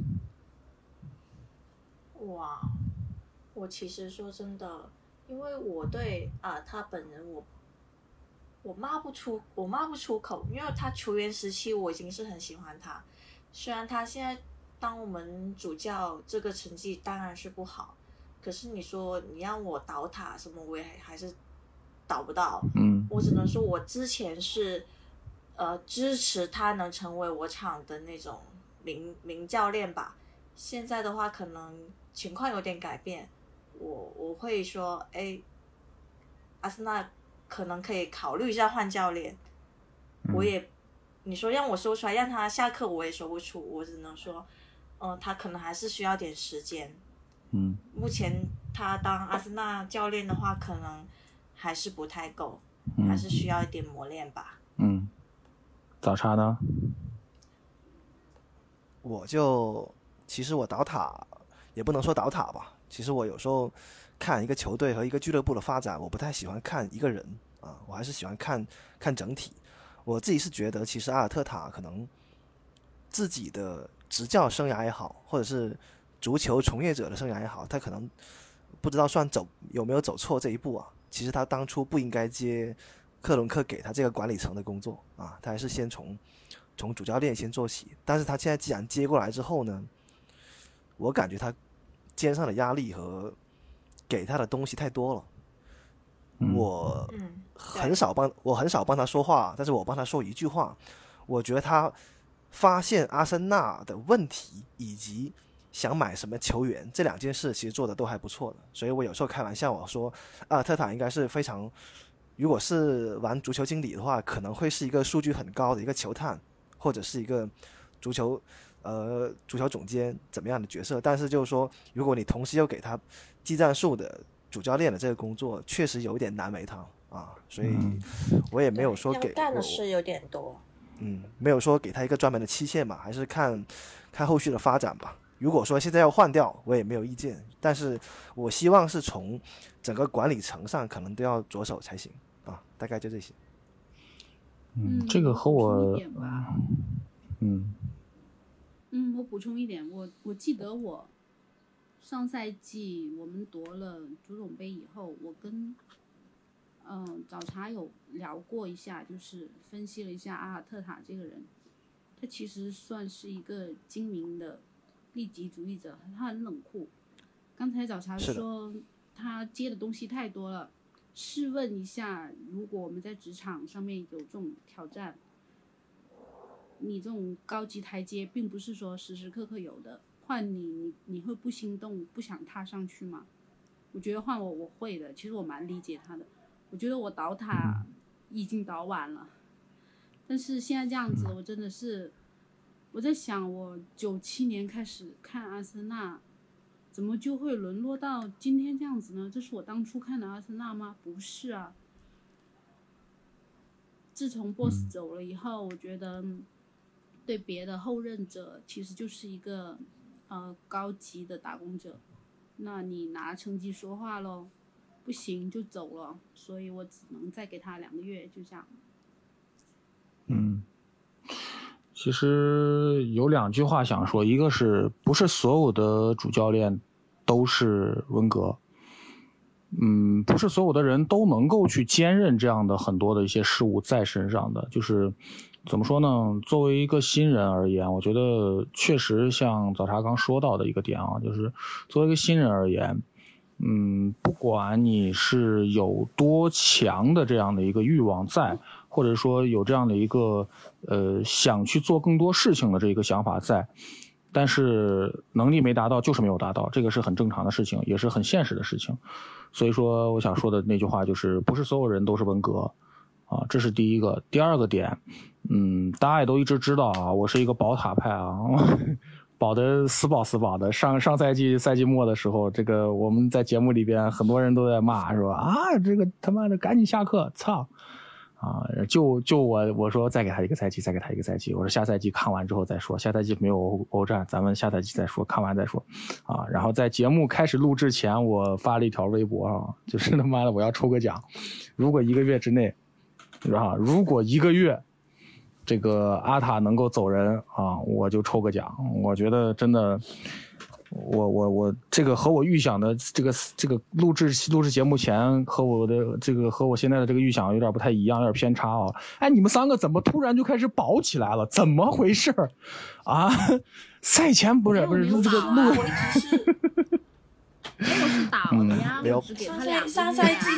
哇，我其实说真的，因为我对他本人我骂不出口，因为他球员时期我已经是很喜欢他，虽然他现在当我们主教这个成绩当然是不好，可是你说你让我倒塔什么，我也还是倒不到。我只能说我之前是支持他能成为我场的那种名教练吧，现在的话可能情况有点改变，我会说阿森纳可能可以考虑一下换教练。你说让我说出来让他下课我也说不出，我只能说他可能还是需要点时间。 目前他当阿森纳教练的话，可能还是不太够，还是需要一点磨练吧。 早茶呢？ 其实我倒塔也不能说倒塔吧，其实我有时候看一个球队和一个俱乐部的发展，我不太喜欢看一个人啊，我还是喜欢看整体。我自己是觉得，其实阿尔特塔可能自己的执教生涯也好，或者是足球从业者的生涯也好，他可能不知道有没有走错这一步啊。其实他当初不应该接克伦克给他这个管理层的工作啊，他还是先从主教练先做起。但是他现在既然接过来之后呢，我感觉他肩上的压力和给他的东西太多了。我很少帮他说话，但是我帮他说一句话，我觉得他发现阿森纳的问题以及想买什么球员这两件事其实做的都还不错的。所以我有时候开玩笑我说阿尔特塔应该是非常，如果是玩足球经理的话，可能会是一个数据很高的一个球探，或者是一个足球总监怎么样的角色。但是就是说，如果你同时又给他技战术的主教练的这个工作，确实有一点难为他啊。所以我也没有说给干的事有点多。 没有说给他一个专门的期限吧，还是看后续的发展吧。如果说现在要换掉，我也没有意见，但是我希望是从整个管理层上可能都要着手才行啊。大概就这些。 这个和我我补充一点，我记得我上赛季我们夺了足总杯以后，我跟早茶有聊过一下，就是分析了一下阿尔特塔这个人，他其实算是一个精明的利己主义者，他很冷酷。刚才早茶说他接的东西太多了，试问一下，如果我们在职场上面有这种挑战，你这种高级台阶并不是说时时刻刻有的，换你会不心动不想踏上去吗？我觉得换我会的，其实我蛮理解他的。我觉得我倒塔已经倒晚了，但是现在这样子，我真的是我在想，我97年开始看阿森纳，怎么就会沦落到今天这样子呢？这是我当初看的阿森纳吗？不是啊。自从 boss 走了以后，我觉得对别的后任者其实就是一个高级的打工者，那你拿成绩说话咯，不行就走了，所以我只能再给他2个月，就这样。 其实有2句话想说，一个是不是所有的主教练都是温格，不是所有的人都能够去兼任这样的很多的一些事物在身上的。就是怎么说呢，作为一个新人而言，我觉得确实像早茶刚说到的一个点啊，就是作为一个新人而言，不管你是有多强的这样的一个欲望在，或者说有这样的一个想去做更多事情的这个想法在，但是能力没达到就是没有达到，这个是很正常的事情，也是很现实的事情。所以说我想说的那句话就是不是所有人都是温格啊，这是第一个。第二个点，大家也都一直知道啊，我是一个保塔派啊，保的死保的。上赛季末的时候，这个我们在节目里边很多人都在骂，说啊这个他妈的赶紧下课，操啊！就我说再给他一个赛季，我说下赛季看完之后再说，下赛季没有欧战，咱们下赛季再说，看完再说啊。然后在节目开始录制前，我发了一条微博啊，就是他妈的我要抽个奖，如果1个月之内，如果1个月这个阿塔能够走人啊，我就抽个奖。我觉得真的，我这个和我预想的这个录制节目前和我现在的这个预想有点不太一样，有点偏差啊。哎，你们3个怎么突然就开始保起来了？怎么回事啊？赛前不是这个录， 我一直是。 我是打的呀，我只给他2个月。 上赛季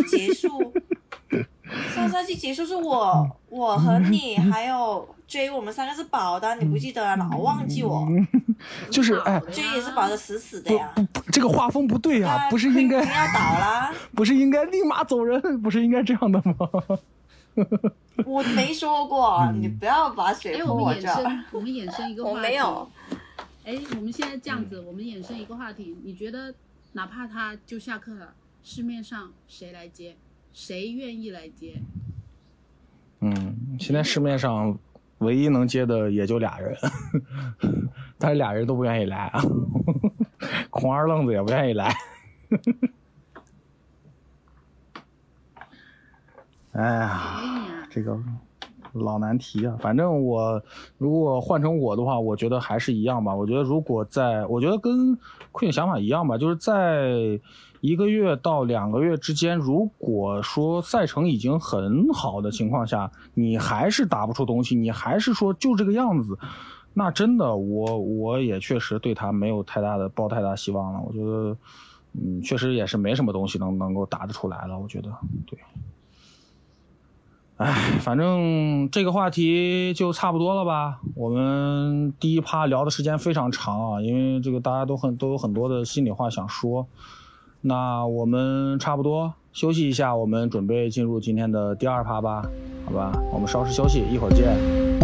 结束是我和你还有 J 我们3个是保的，你不记得啊？老忘记我。 就是 J 也是保的死死的呀。 这个画风不对啊，不是应该要倒啦？ 不是应该立马走人？不是应该这样的吗？ 我没说过，你不要把水泼我这儿。 我们衍生一个话题。 我没有。 我们现在这样子，我们衍生一个话题，你觉得哪怕他就下课了，市面上谁来接，谁愿意来接？ 现在市面上唯一能接的也就俩人，但是俩人都不愿意来啊，孔二愣子也不愿意来。哎呀，这个老难题啊。反正如果换成我的话，我觉得还是一样吧。我觉得我觉得跟Queen想法一样吧，就是在1个月到2个月之间，如果说赛程已经很好的情况下，你还是打不出东西，你还是说就这个样子，那真的我也确实对他没有抱太大希望了。我觉得确实也是没什么东西能够打得出来了，我觉得对。反正这个话题就差不多了吧。我们第一趴聊的时间非常长啊，因为这个大家都有很多的心里话想说。那我们差不多休息一下，我们准备进入今天的第2趴吧，好吧？我们稍事休息，一会儿见。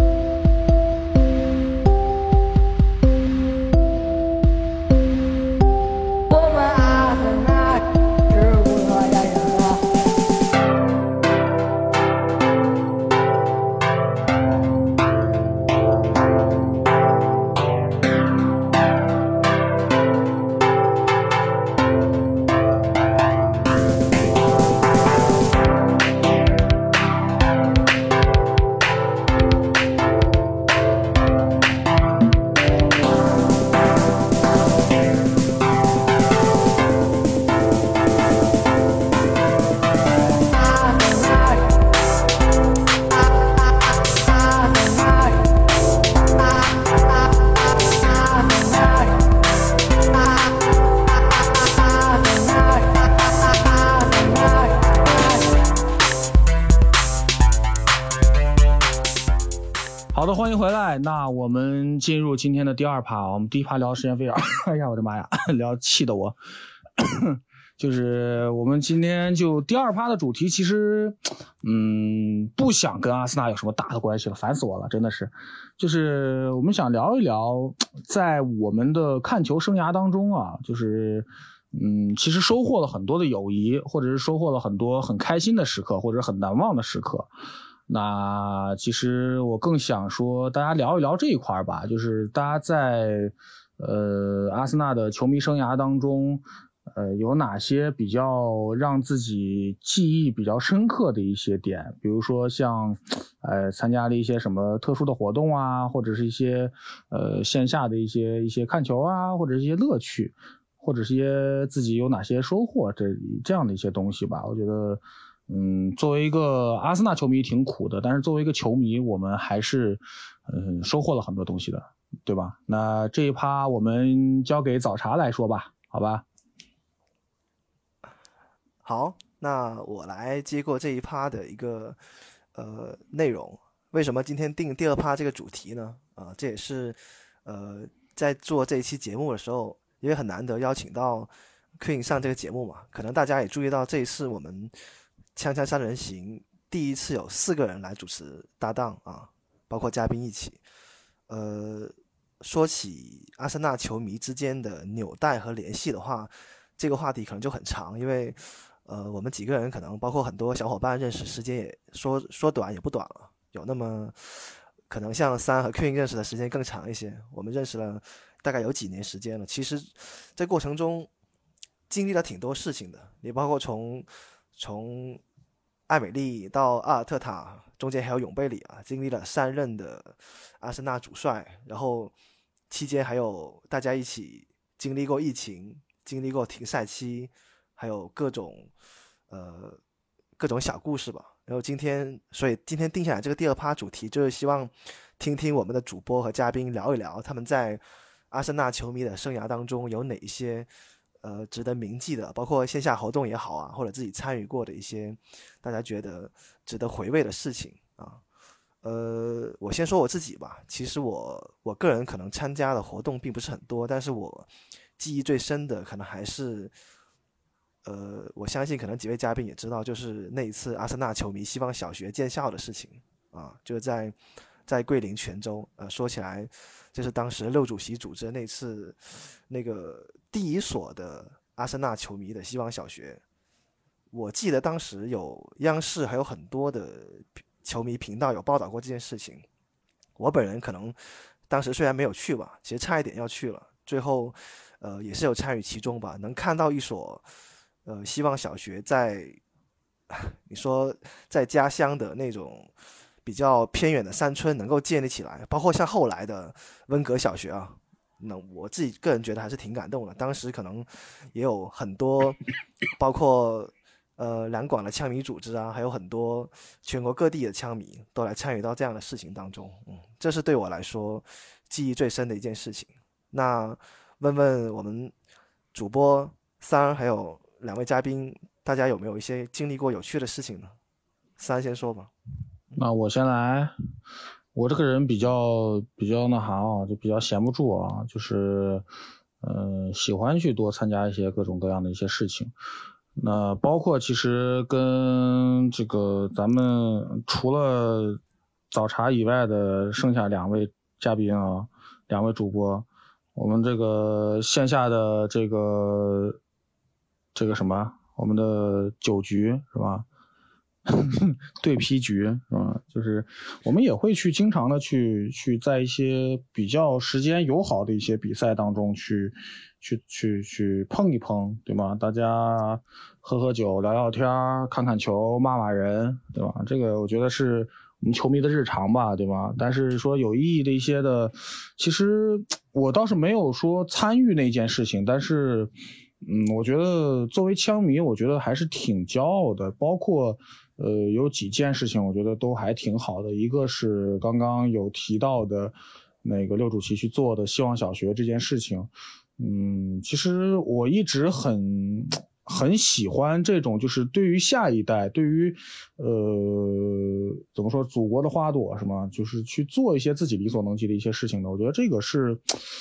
好的，欢迎回来。那我们进入今天的第2趴。我们第一趴聊的时间非常，哎呀，我的妈呀，聊气得我。就是我们今天就第2趴的主题，其实，不想跟阿森纳有什么大的关系了，烦死我了，真的是。就是我们想聊一聊，在我们的看球生涯当中啊，就是，其实收获了很多的友谊，或者是收获了很多很开心的时刻，或者很难忘的时刻。那其实我更想说大家聊一聊这一块吧，就是大家在阿森纳的球迷生涯当中有哪些比较让自己记忆比较深刻的一些点，比如说像参加了一些什么特殊的活动啊，或者是一些线下的一些看球啊，或者是一些乐趣，或者是一些自己有哪些收获这样的一些东西吧。我觉得作为一个阿森纳球迷挺苦的，但是作为一个球迷，我们还是收获了很多东西的，对吧？那这一趴我们交给早茶来说吧，好吧？ 好，那我来接过这一趴的一个内容。为什么今天定第2趴这个主题呢？这也是在做这一期节目的时候，因为很难得邀请到 Queen 上这个节目嘛，可能大家也注意到这一次我们锵锵3人行第一次有4个人来主持搭档啊，包括嘉宾一起。说起阿森纳球迷之间的纽带和联系的话，这个话题可能就很长，因为我们几个人可能包括很多小伙伴认识时间也说短也不短了，有那么可能像3和 Queen 认识的时间更长一些，我们认识了大概有几年时间了。其实这过程中经历了挺多事情的，也包括从艾美丽到阿尔特塔，中间还有永贝里啊，经历了3任的阿森纳主帅，然后期间还有大家一起经历过疫情，经历过停赛期，还有各种小故事吧。然后所以今天定下来这个第2趴主题，就是希望听听我们的主播和嘉宾聊一聊他们在阿森纳球迷的生涯当中有哪一些值得铭记的，包括线下活动也好啊，或者自己参与过的一些大家觉得值得回味的事情啊。我先说我自己吧。其实我个人可能参加的活动并不是很多，但是我记忆最深的可能还是我相信可能几位嘉宾也知道，就是那一次阿森纳球迷希望小学建校的事情啊，就是在桂林泉州。说起来就是当时六主席组织那次那个第一所的阿森纳球迷的希望小学。我记得当时有央视还有很多的球迷频道有报道过这件事情。我本人可能当时虽然没有去吧，其实差一点要去了，最后也是有参与其中吧。能看到一所希望小学在你说在家乡的那种比较偏远的山村能够建立起来，包括像后来的温格小学啊，那我自己个人觉得还是挺感动的。当时可能也有很多包括两广的枪迷组织啊，还有很多全国各地的枪迷都来参与到这样的事情当中。这是对我来说记忆最深的一件事情。那问问我们主播三儿还有两位嘉宾，大家有没有一些经历过有趣的事情呢？三儿先说吧。 那我先来。我这个人比较那啥啊，就比较闲不住啊，就是喜欢去多参加一些各种各样的一些事情。那包括其实跟这个咱们除了早茶以外的剩下2位嘉宾啊，2位主播，我们这个线下的这个什么，我们的酒局是吧？对批局是吧？就是我们也会去经常的去在一些比较时间友好的一些比赛当中去碰一碰，对吗？大家喝酒聊聊天，看看球，骂人，对吧？这个我觉得是我们球迷的日常吧，对吧？但是说有意义的一些的，其实我倒是没有说参与那件事情，但是我觉得作为枪迷，我觉得还是挺骄傲的。包括有几件事情我觉得都还挺好的。一个是刚刚有提到的那个六主席去做的希望小学这件事情。其实我一直很喜欢这种，就是对于下一代，对于怎么说，祖国的花朵是吗？就是去做一些自己力所能及的一些事情的。我觉得这个是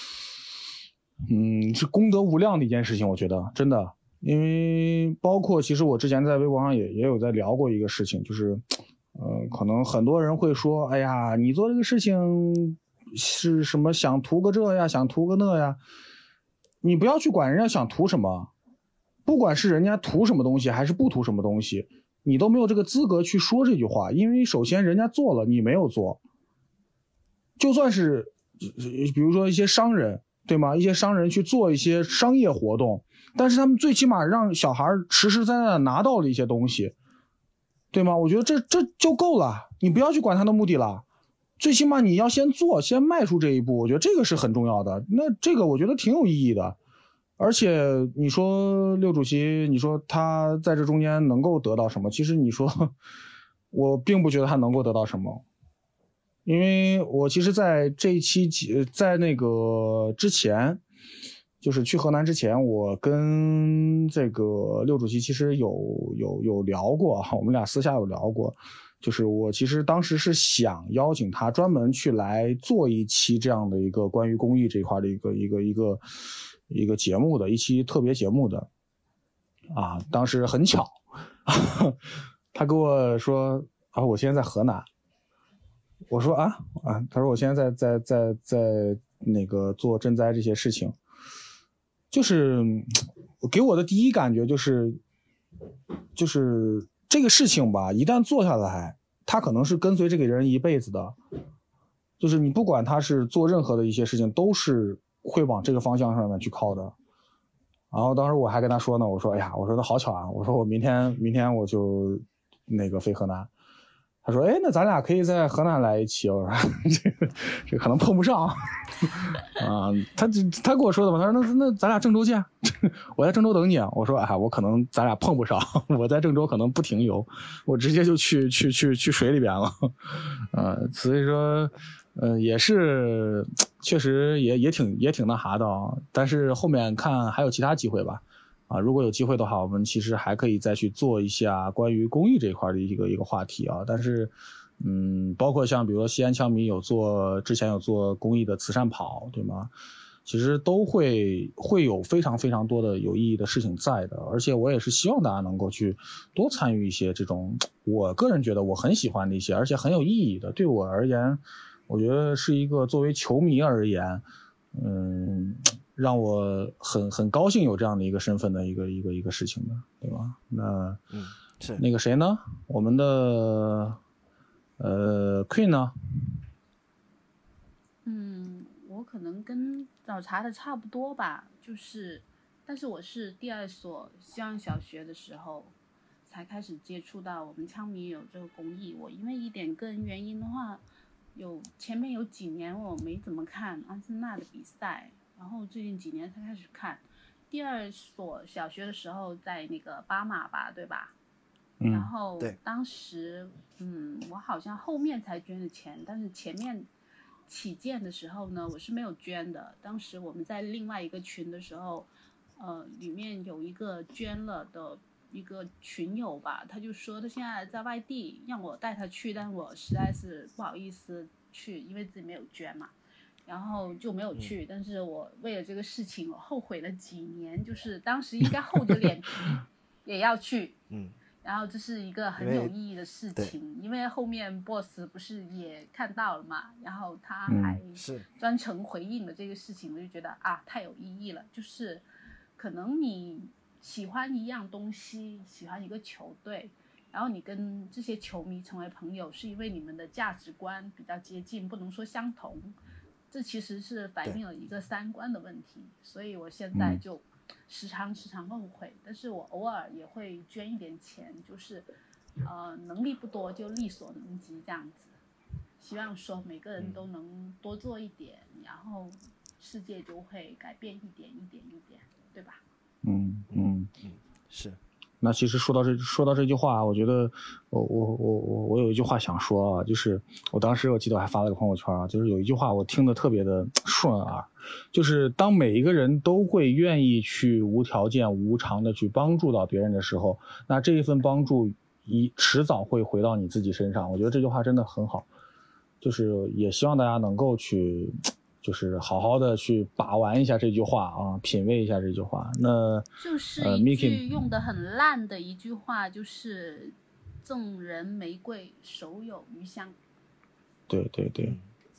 是功德无量的一件事情，我觉得真的。因为包括其实我之前在微博上也有在聊过一个事情，就是可能很多人会说，哎呀，你做这个事情是什么，想图个这呀，想图个那呀，你不要去管人家想图什么，不管是人家图什么东西还是不图什么东西，你都没有这个资格去说这句话。因为首先人家做了，你没有做。就算是比如说一些商人，对吗？一些商人去做一些商业活动，但是他们最起码让小孩实实在在的拿到了一些东西，对吗？我觉得这就够了，你不要去管他的目的了，最起码你要先做，先迈出这一步，我觉得这个是很重要的。那这个我觉得挺有意义的。而且你说六主席，你说他在这中间能够得到什么？其实你说我并不觉得他能够得到什么。因为我其实在这一期在那个之前，就是去河南之前，我跟这个六主席其实有聊过哈，我们俩私下有聊过，就是我其实当时是想邀请他专门去来做一期这样的一个关于公益这一块的一个节目的一期特别节目的啊，当时很巧他跟我说啊，我现在在河南。我说他说我现在在那个做赈灾这些事情，就是给我的第一感觉就是这个事情吧，一旦做下来，他可能是跟随这个人一辈子的，就是你不管他是做任何的一些事情，都是会往这个方向上面去靠的。然后当时我还跟他说呢，我说哎呀，我说那好巧啊，我说我明天我就那个飞河南。他说：“哎，那咱俩可以在河南来一起。”我说：“这可能碰不上啊。”他跟我说的嘛，他说：“那咱俩郑州见，我在郑州等你啊。”我说：“我可能咱俩碰不上，我在郑州可能不停留，我直接就去水里边了。”所以说，也是确实也挺那啥的啊。但是后面看还有其他机会吧。如果有机会的话，我们其实还可以再去做一下关于公益这一块的一个话题啊。但是，包括像比如说西安枪迷之前有做公益的慈善跑，对吗？其实都会有非常非常多的有意义的事情在的。而且我也是希望大家能够去多参与一些这种我个人觉得我很喜欢的一些，而且很有意义的。对我而言，我觉得是一个作为球迷而言， 让我很高兴有这样的一个身份的一个事情的，对吧？那是那个谁呢？我们的Queen 呢？ 我可能跟早茶的差不多吧，但是我是第二所希望小学的时候才开始接触到我们枪迷有这个公益。我因为一点个人原因的话，前面有几年我没怎么看阿森纳的比赛，然后最近几年才开始看。第二所小学的时候在那个巴马吧，对吧？然后当时我好像后面才捐的钱，但是前面起建的时候呢，我是没有捐的。当时我们在另外一个群的时候，里面有一个捐了的一个群友吧，他就说他现在在外地，让我带他去，但我实在是不好意思去，因为自己没有捐嘛，然后就没有去。但是我为了这个事情，我后悔了几年，就是当时应该厚着脸皮也要去。然后这是一个很有意义的事情，因为后面 boss 不是也看到了嘛，然后他还专程回应了这个事情，我就觉得太有意义了。就是可能你喜欢一样东西，喜欢一个球队，然后你跟这些球迷成为朋友，是因为你们的价值观比较接近，不能说相同，这其实是反映了一个三观的问题。所以我现在就时常后悔，但是我偶尔也会捐一点钱，就是能力不多就力所能及这样子。希望说每个人都能多做一点，然后世界就会改变一点，对吧？ 是。 那其实说到这句话，我觉得我有一句话想说啊，就是我当时我记得我还发了个朋友圈啊，就是有一句话我听得特别的顺耳，就是当每一个人都会愿意去无条件无偿的去帮助到别人的时候，那这一份帮助迟早会回到你自己身上。我觉得这句话真的很好，就是也希望大家能够去就是好好的去把玩一下这句话啊，品味一下这句话。那就是一句用得很烂的一句话，就是赠人玫瑰，手有余香。 对。对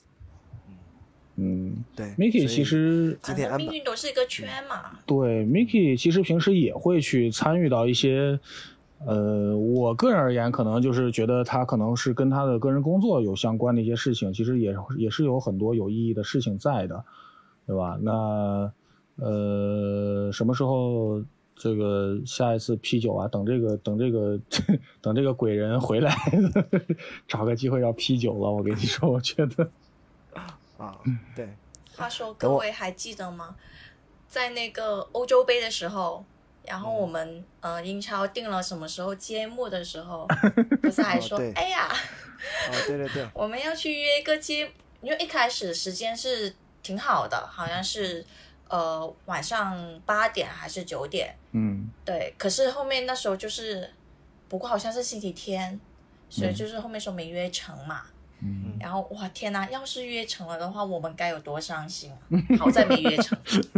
Mickey 其实今天命运都是一个圈嘛。 对 Mickey 其实平时也会去参与到一些我个人而言可能就是觉得他可能是跟他的个人工作有相关的一些事情，其实也是有很多有意义的事情在的，对吧？那什么时候这个下一次啤酒啊，等这个鬼人回来找个机会要啤酒了，我跟你说，我觉得对。 话说各位还记得吗？在那个欧洲杯的时候，然后我们英超定了什么时候揭幕的时候，不是还说哎呀对我们要去约一个因为一开始时间是挺好的，好像是晚上8点还是9点，对。可是后面那时候不过好像是星期天，所以就是后面说没约成嘛。然后哇天哪，要是约成了的话，我们该有多伤心啊！好在没约成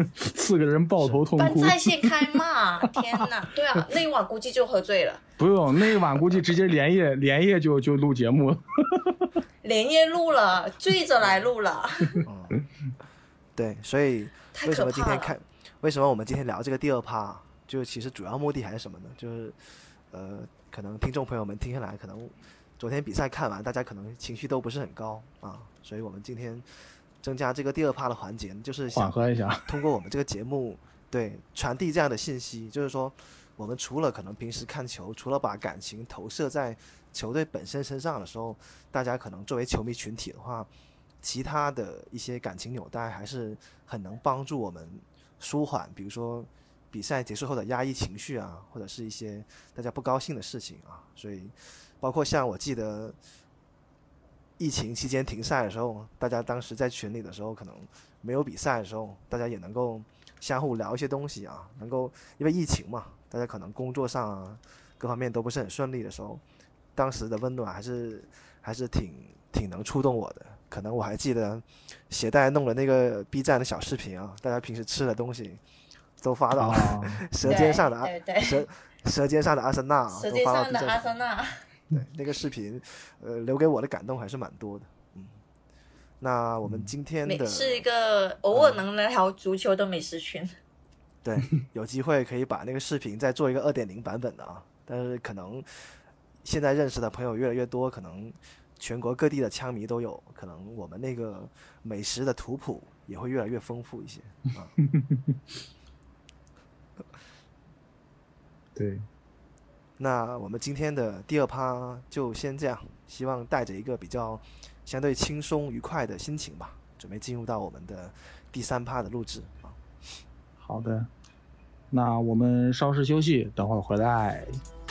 ，4个人抱头痛哭， 办在线开骂，天哪！对啊，那一晚估计就喝醉了。 不用，那一晚估计直接连夜就录节目了， 连夜录了，醉着来录了。 对，所以为什么我们今天聊这个第二趴，就其实主要目的还是什么呢？就是可能听众朋友们听下来，可能昨天比赛看完，大家可能情绪都不是很高啊，所以我们今天增加这个第二趴的环节，就是想缓和一下， 通过我们这个节目，对，传递这样的信息，就是说，我们除了可能平时看球，除了把感情投射在球队本身身上的时候，大家可能作为球迷群体的话，其他的一些感情纽带还是很能帮助我们舒缓，比如说比赛结束后的压抑情绪啊，或者是一些大家不高兴的事情啊，所以包括像我记得疫情期间停赛的时候，大家当时在群里的时候，可能没有比赛的时候，大家也能够相互聊一些东西啊，能够因为疫情嘛，大家可能工作上啊各方面都不是很顺利的时候，当时的温暖还是挺能触动我的。可能我还记得携带弄了那个 B 站的小视频啊，大家平时吃的东西都发到舌尖上的舌尖上的阿森纳， 舌尖上的阿森纳。 对，那个视频留给我的感动还是蛮多的。 那我们今天的是一个偶尔能聊足球的美食群。 对，有机会可以把那个视频再做一个2.0版本的啊。但是可能现在认识的朋友越来越多，可能全国各地的枪迷都有，可能我们那个美食的图谱也会越来越丰富一些啊。 对， 那我们今天的第2趴就先这样，希望带着一个比较相对轻松愉快的心情吧，准备进入到我们的第3趴的录制啊。 好的，那我们稍事休息，等会儿回来。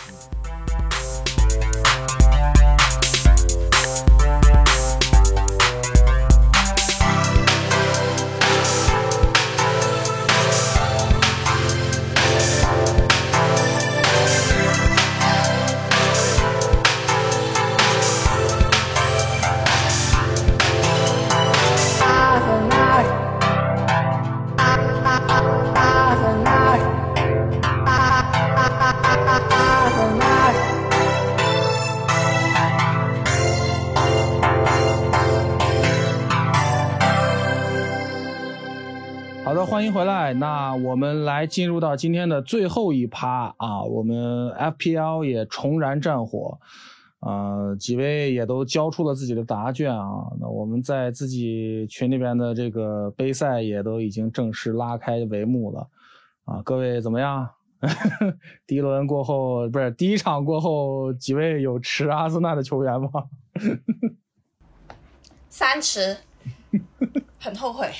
好的，欢迎回来。那我们来进入到今天的最后一趴啊，我们 FPL 也重燃战火，几位也都交出了自己的答卷啊。那我们在自己群里边的这个杯赛也都已经正式拉开帷幕了啊，各位怎么样？第一场过后，几位有持阿森纳的球员吗 3持，很后悔。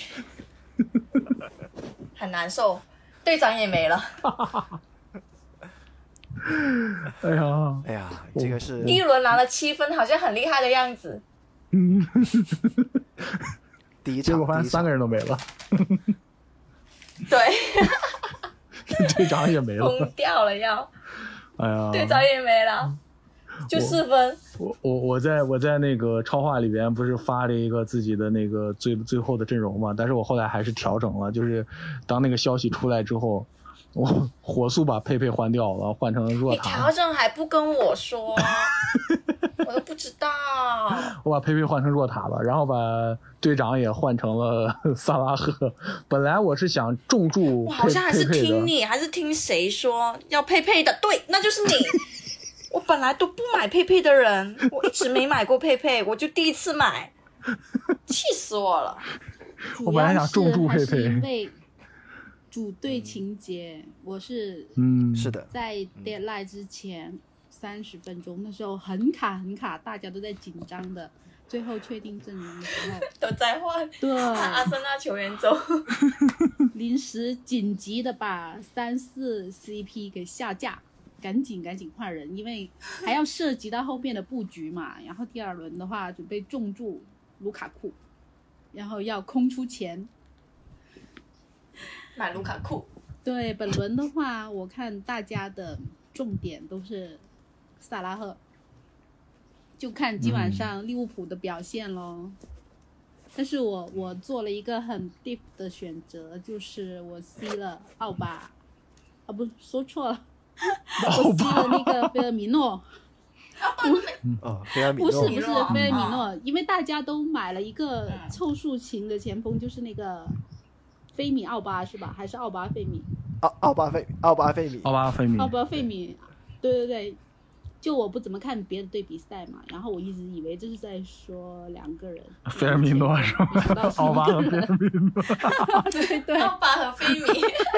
很难受，队长也没了。 哎呀，这个是第1轮拿了7分，好像很厉害的样子。 第一场， 结果发现3个人都没了。 对， 队长也没了， 疯掉了要。 哎呀， 队长也没了。就4分。 我在那个超话里边不是发了一个自己的那个最后的阵容嘛，但是我后来还是调整了，就是当那个消息出来之后，我火速把佩佩换掉了，换成若塔。 你调整还不跟我说，我都不知道。 我把佩佩换成若塔了，然后把队长也换成了萨拉赫。本来我是想重注我好像还是听你还是听谁说要佩佩的，对，那就是你。我本来都不买佩佩的人，我一直没买过佩佩，我就第一次买，气死我了。 我本来想重注佩佩， 是因为组队情节，我是是的， 在 deadline 之前30分钟，那时候很卡，大家都在紧张的，最后确定阵容的时候都在换， 对， 阿森纳球员走， 临时紧急的把3-4 CP 给下架。赶紧换人，因为还要涉及到后面的布局嘛。然后第2轮的话，准备重注卢卡库，然后要空出钱买卢卡库。 对，本轮的话，我看大家的重点都是萨拉赫，就看今晚上利物浦的表现咯。但是我做了一个很 deep 的选择，就是我 C 了奥巴，不，说错了。我 C 了那个菲尔米诺， 菲尔米诺不是菲尔米诺，因为大家都买了一个凑数型的前锋，就是那个菲米奥巴是吧？还是奥巴费米？ 奥巴费米， 对，就我不怎么看别的对比赛嘛，然后我一直以为这是在说2个人， 菲尔米诺是吧？奥巴和菲尔米诺， 对， 奥巴和菲米，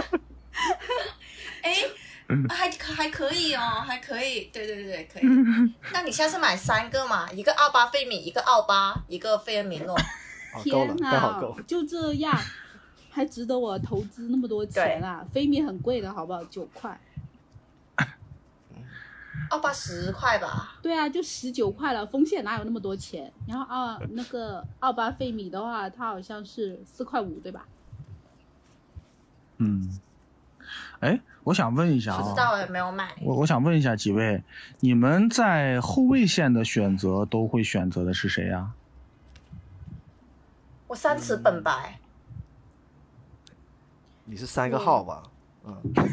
还可以哦，还可以，对，可以。那你下次买3个嘛，一个奥巴费米，一个奥巴，一个菲尔米诺。 天哪，就这样，还值得我投资那么多钱啊？菲米很贵的好不好？9块。 奥巴10块吧？ 对啊，就19块了，锋线哪有那么多钱？然后那个奥巴费米的话，它好像是4块5，对吧？ 我想问一下不知道有没有买。 我想问一下几位，你们在后卫线的选择都会选择的是谁呀？ 我3持本白。 你是3个号吧？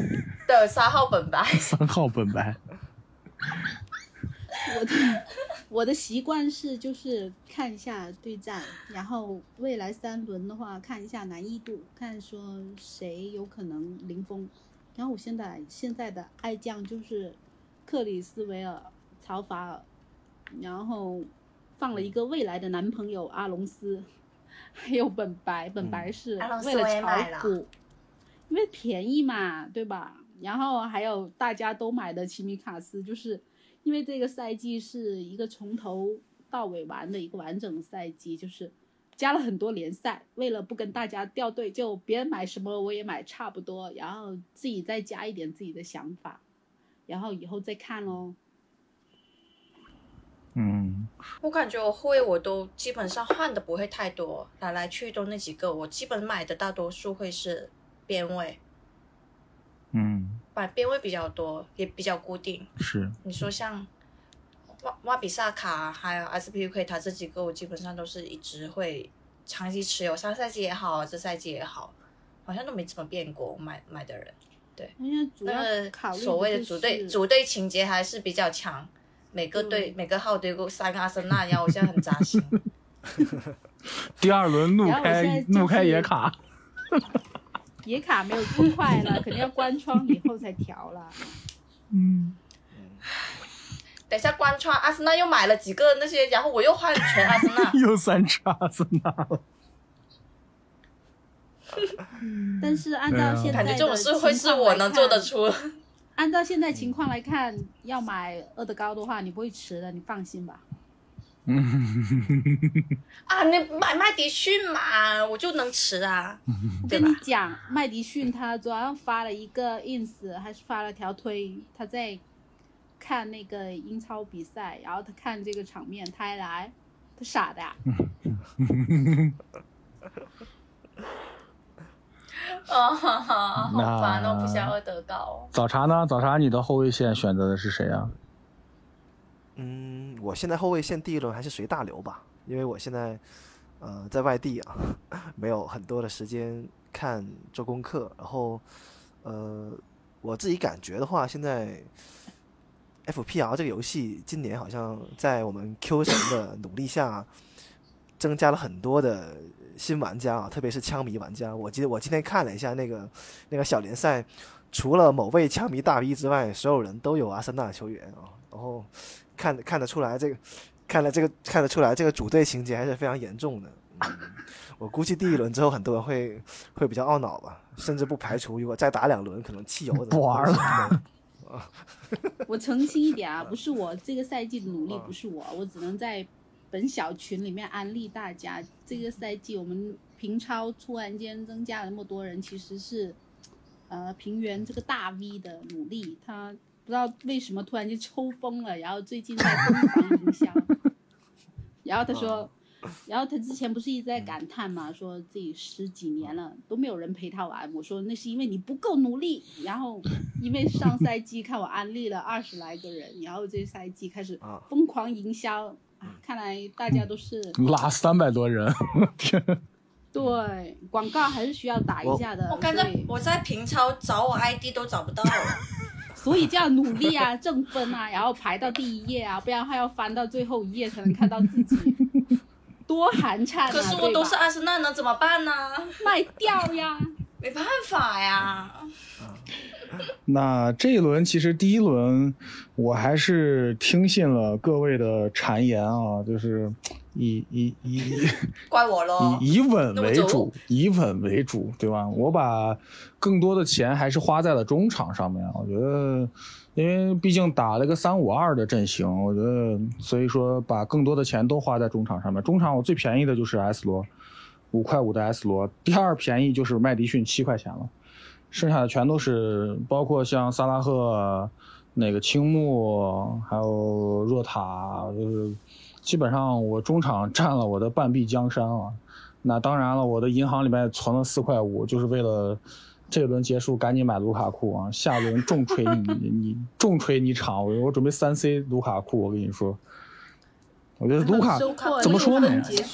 对，3号本白。 3号本白。 我的习惯是就是看一下对战，然后未来3轮的话看一下难易度，看说谁有可能零封。然后我现在的爱将就是克里斯维尔、曹法尔，然后放了一个未来的男朋友阿隆斯，还有本白是为了炒股，因为便宜嘛，对吧？然后还有大家都买的奇米卡斯，就是因为这个赛季是一个从头到尾玩的一个完整的赛季，就是加了很多联赛，为了不跟大家掉队，就别人买什么我也买差不多，然后自己再加一点自己的想法，然后以后再看咯。 我感觉我后卫我都基本上换的不会太多，来来去都那几个，我基本买的大多数会是边位。买边位比较多，也比较固定。 是你说像瓦比萨卡还有 SPUK 他这几个，我基本上都是一直会长期持有，上赛季也好，这赛季也好，好像都没怎么变过。买的人，对，那个所谓的组队情节还是比较强，每个队每个号都有3个阿森纳，然后我现在很扎心。 第2轮怒开野卡。 野卡没有这么快了，肯定要关窗以后才调了。 等一下关窗，阿森纳又买了几个那些，然后我又换全阿森纳， 又3只阿森纳了。 但是按照现在的情况来看， 感觉这种事会是我能做得出。 按照现在情况来看，要买厄德高的话，你不会迟的，你放心吧。 啊，你买麦迪逊嘛，我就能吃啊。 我跟你讲，麦迪逊他昨晚发了一个 ins， 还是发了条推，他在看那个英超比赛，然后他看这个场面，他还来，他傻的呀。 好烦哦，不想厄德高。 早茶呢？早茶，你的后卫线选择的是谁啊？ 我现在后卫线第1轮还是随大流吧，因为我现在在外地啊，没有很多的时间做功课，然后我自己感觉的话，现在 FPL 这个游戏今年好像在我们 Q 神的努力下，增加了很多的新玩家啊，特别是枪迷玩家。我记得我今天看了一下那个小联赛，除了某位枪迷大 V 之外，所有人都有阿森纳球员啊，然后看得出来这个组队情节还是非常严重的。我估计第1轮之后很多人会比较懊恼吧，甚至不排除如果再打2轮可能汽油的不玩了。 我澄清一点啊，不是我这个赛季的努力，不是我只能在本小群里面安利大家，这个赛季我们平超突然间增加了那么多人，其实是平原这个大 V 的努力，他不知道为什么突然间抽风了，然后最近在疯狂营销，然后他说，然后他之前不是一直在感叹嘛，说自己10几年了都没有人陪他玩，我说那是因为你不够努力，然后因为上赛季看我安利了20来个人，然后这赛季开始疯狂营销。看来大家都是拉300多人，天！ 对，广告还是需要打一下的。 我在平超找我 ID 都找不到了， 所以就要努力啊，挣分啊，然后排到第1页啊，不然还要翻到最后1页才能看到自己，多寒碜啊！ 可是我都是阿森纳呢，怎么办呢？ 卖掉呀， 没办法呀。 那这一轮其实第1轮我还是听信了各位的谗言啊，就是怪我咯， 以稳为主，对吧？我把更多的钱还是花在了中场上面，我觉得，因为毕竟打了个3-5-2的阵型，我觉得，所以说把更多的钱都花在中场上面。中场我最便宜的就是 S 罗，5块5的 S 罗，第2便宜就是麦迪逊7块钱了。剩下的全都是包括像萨拉赫、那个青木，还有若塔，就是基本上我中场占了我的半壁江山啊。那当然了，我的银行里面存了4块5，就是为了这轮结束赶紧买卢卡库啊，下轮重锤你场，我准备3C 卢卡库，我跟你说，我觉得卢卡怎么说呢？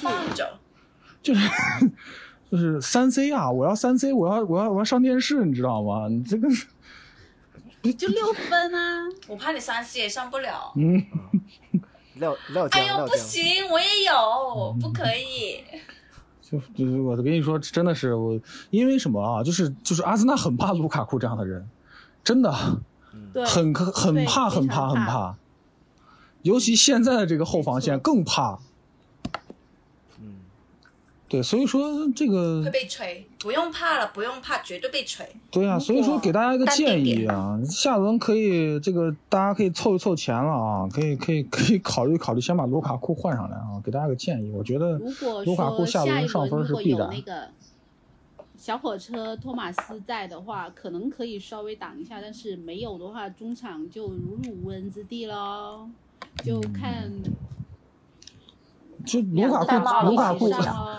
就是3C 啊，我要3C，我要上电视，你知道吗？你这个就6分啊！ 我怕你3C 也上不了。 料酱， 哎呦， 料酱。 不行，我也有，不可以。 就是我跟你说，真的是我，因为什么啊？就是阿森纳很怕卢卡库这样的人，真的， 对， 很怕非常很怕，尤其现在的这个后防线更怕。对，所以说这个会被锤，不用怕了，不用怕，绝对被锤。 对啊，所以说给大家一个建议啊，下轮可以这个大家可以凑一凑钱了啊，可以考虑先把卢卡库换上来啊，给大家个建议。我觉得卢卡库下轮上分是必然。 如果有那个小火车托马斯在的话，可能可以稍微挡一下，但是没有的话，中场就如入无人之地咯，就看。 就卢卡库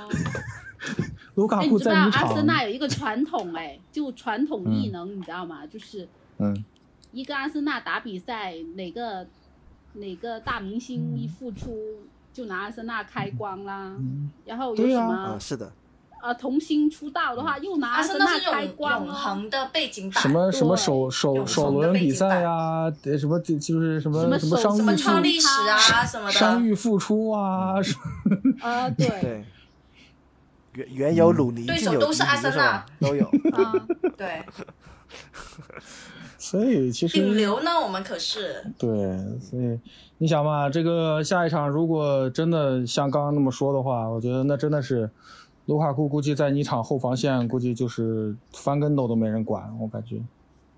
在你知道阿森纳有一个传统就传统异能，你知道吗？就是一个阿森纳打比赛，哪个大明星一复出就拿阿森纳开光啦，然后有什么是的。 童星出道的话，又拿阿森纳开光永恒的背景板， 什么首轮比赛啊，什么就是什么商什么创历史啊什么的， 伤愈复出啊， 对，原有鲁尼， 对手都是阿森纳， 都有对。 所以其实顶流呢，我们可是对，所以你想嘛，这个下一场如果真的像刚刚那么说的话，我觉得那真的是。卢卡库估计在你场后防线，估计就是翻跟斗都没人管，我感觉。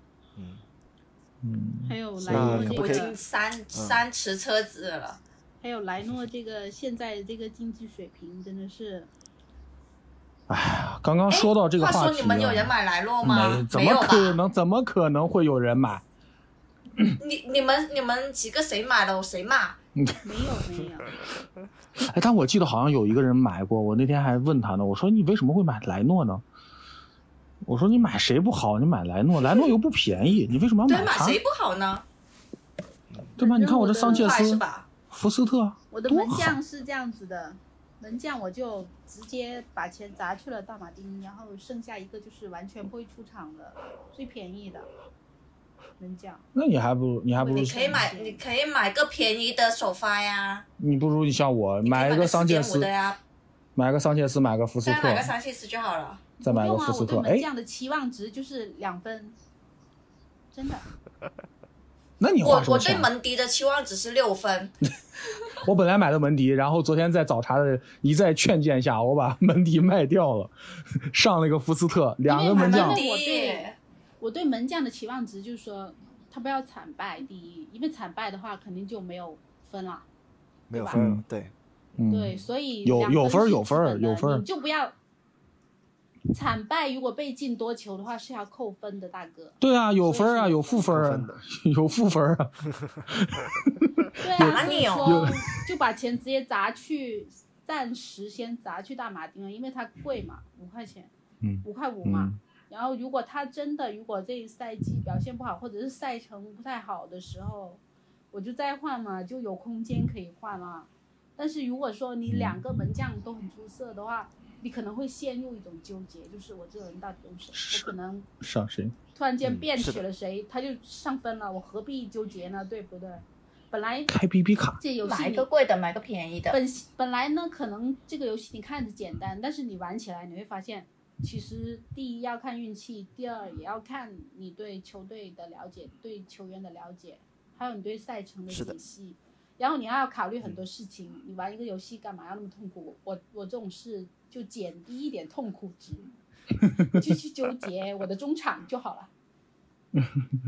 还有莱诺这个已经三持车子了。 还有莱诺这个现在这个竞技水平真的是。 哎呀，刚刚说到这个话题， 话说你们有人买莱诺吗？ 怎么可能会有人买？ 你们几个谁买了我谁骂。 没有。 但我记得好像有一个人买过，我那天还问他呢，我说你为什么会买莱诺呢？我说你买谁不好，你买莱诺又不便宜，你为什么要买它？ 对，买谁不好呢？ 对吧？你看我这桑切斯、福斯特， 我的门将是这样子的，门将我就直接把钱砸去了大马丁，然后剩下一个就是完全不会出场的，最便宜的。 那你还不如你可以买个便宜的首发呀。 你不如你像我买一个桑切斯，买个桑切斯，买个福斯特， 再买个桑切斯就好了。 再买个福斯特， 我对门将的期望值就是2分，真的。 那你我对门迪的期望值是6分。 我本来买的门迪，然后昨天在早茶的一再劝谏下，我把门迪卖掉了，上了一个福斯特，2个门将。 我对门将的期望值就是说，他不要惨败第一，因为惨败的话肯定就没有分了， 没有分，对， 对，所以有分， 你就不要惨败。如果被进多球的话是要扣分的，大哥。 对啊，有分啊，有负分啊，有负分啊。 对啊，所以说就把钱直接暂时先砸去大马丁了，因为它贵嘛，5块钱，5块5嘛。然后如果他如果这一赛季表现不好，或者是赛程不太好的时候，我就再换嘛，就有空间可以换了。但是如果说你2个门将都很出色的话，你可能会陷入一种纠结，就是我这个人到底用谁？我可能上谁？ 突然间便取了谁，他就上分了，我何必纠结呢？对不对？本来开 PP 卡， 这游戏买个贵的，买个便宜的。 本来呢，可能这个游戏你看着简单，但是你玩起来你会发现。其实第一要看运气，第二也要看你对球队的了解，对球员的了解，还有你对赛程的解析。然后你要考虑很多事情，你玩一个游戏干嘛要那么痛苦？我这种事就减低一点痛苦值，就去纠结我的中场就好了。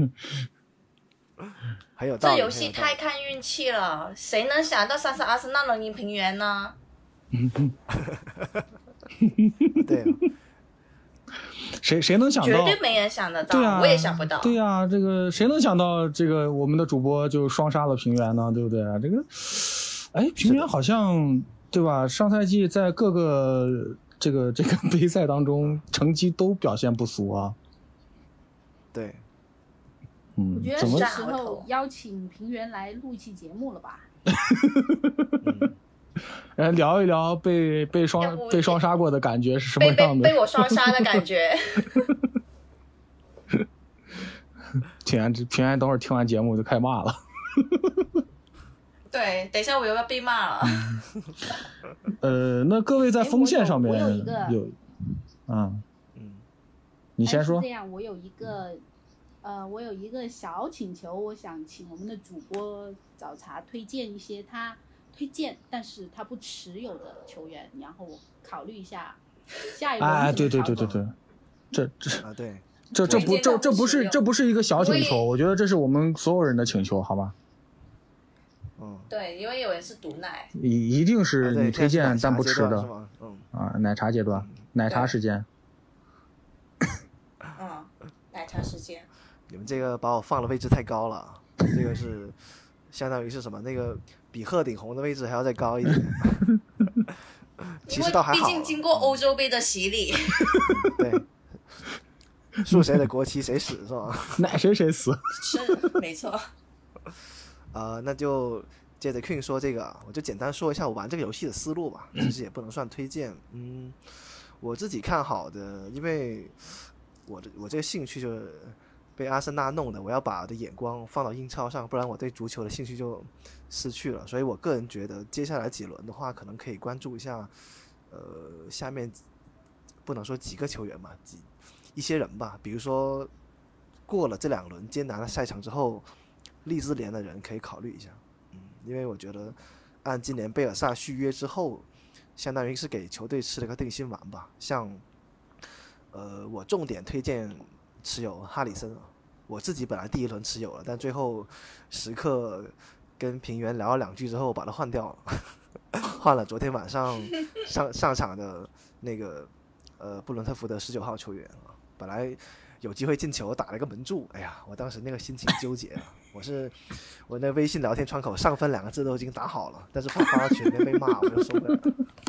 还有道理， 这游戏太看运气了，谁能想到上次阿森纳能赢平原呢？ 对啊。 谁能想到？ 绝对没人想得到， 对啊， 我也想不到。 对啊，这个谁能想到这个我们的主播就双杀了平原呢？对不对？这个，平原好像对吧？上赛季在各个这个杯赛当中成绩都表现不俗啊。 对， 我觉得是时候邀请平原来录一期节目了吧？ 聊一聊被双杀过的感觉是什么样的？ 被我双杀的感觉。 平原等会儿听完节目就开骂了。 对，等一下我又要被骂了。 那各位在锋线上面我有一个你先说。 是这样，我有一个小请求，我想请我们的主播早茶推荐一些他推荐但是他不持有的球员，然后我考虑一下下一轮对，这不是一个小请求，我觉得这是我们所有人的请求，好吧？ 对，因为有人是毒奶， 一定是你推荐但不吃的，奶茶阶段，奶茶时间。 奶茶时间。 你们这个把我放的位置太高了，这个是相当于是什么？那个比鹤顶红的位置还要再高一点。其实倒还好， 毕竟经过欧洲杯的洗礼。 对，树谁的国旗谁死是吧？ 奶谁死。 是，没错。 那就接着 Queen 说这个，我就简单说一下我玩这个游戏的思路吧。其实也不能算推荐，我自己看好的，因为我这个兴趣就是被阿森纳弄的，我要把我的眼光放到英超上，不然我对足球的兴趣就失去了。所以我个人觉得接下来几轮的话，可能可以关注一下，下面不能说几个球员嘛，一些人吧，比如说过了这2轮艰难的赛程之后，利兹联的人可以考虑一下，因为我觉得按今年贝尔萨续约之后，相当于是给球队吃了个定心丸吧。像我重点推荐持有哈里森，我自己本来第1轮持有了，但最后时刻跟平原聊了2句之后把它换掉了，换了昨天晚上上场的那个布伦特福德19号球员，本来有机会进球打了一个门柱，哎呀，我当时那个心情纠结了。我那微信聊天窗口上分2个字都已经打好了，但是怕发到群里面被骂，我就受不了。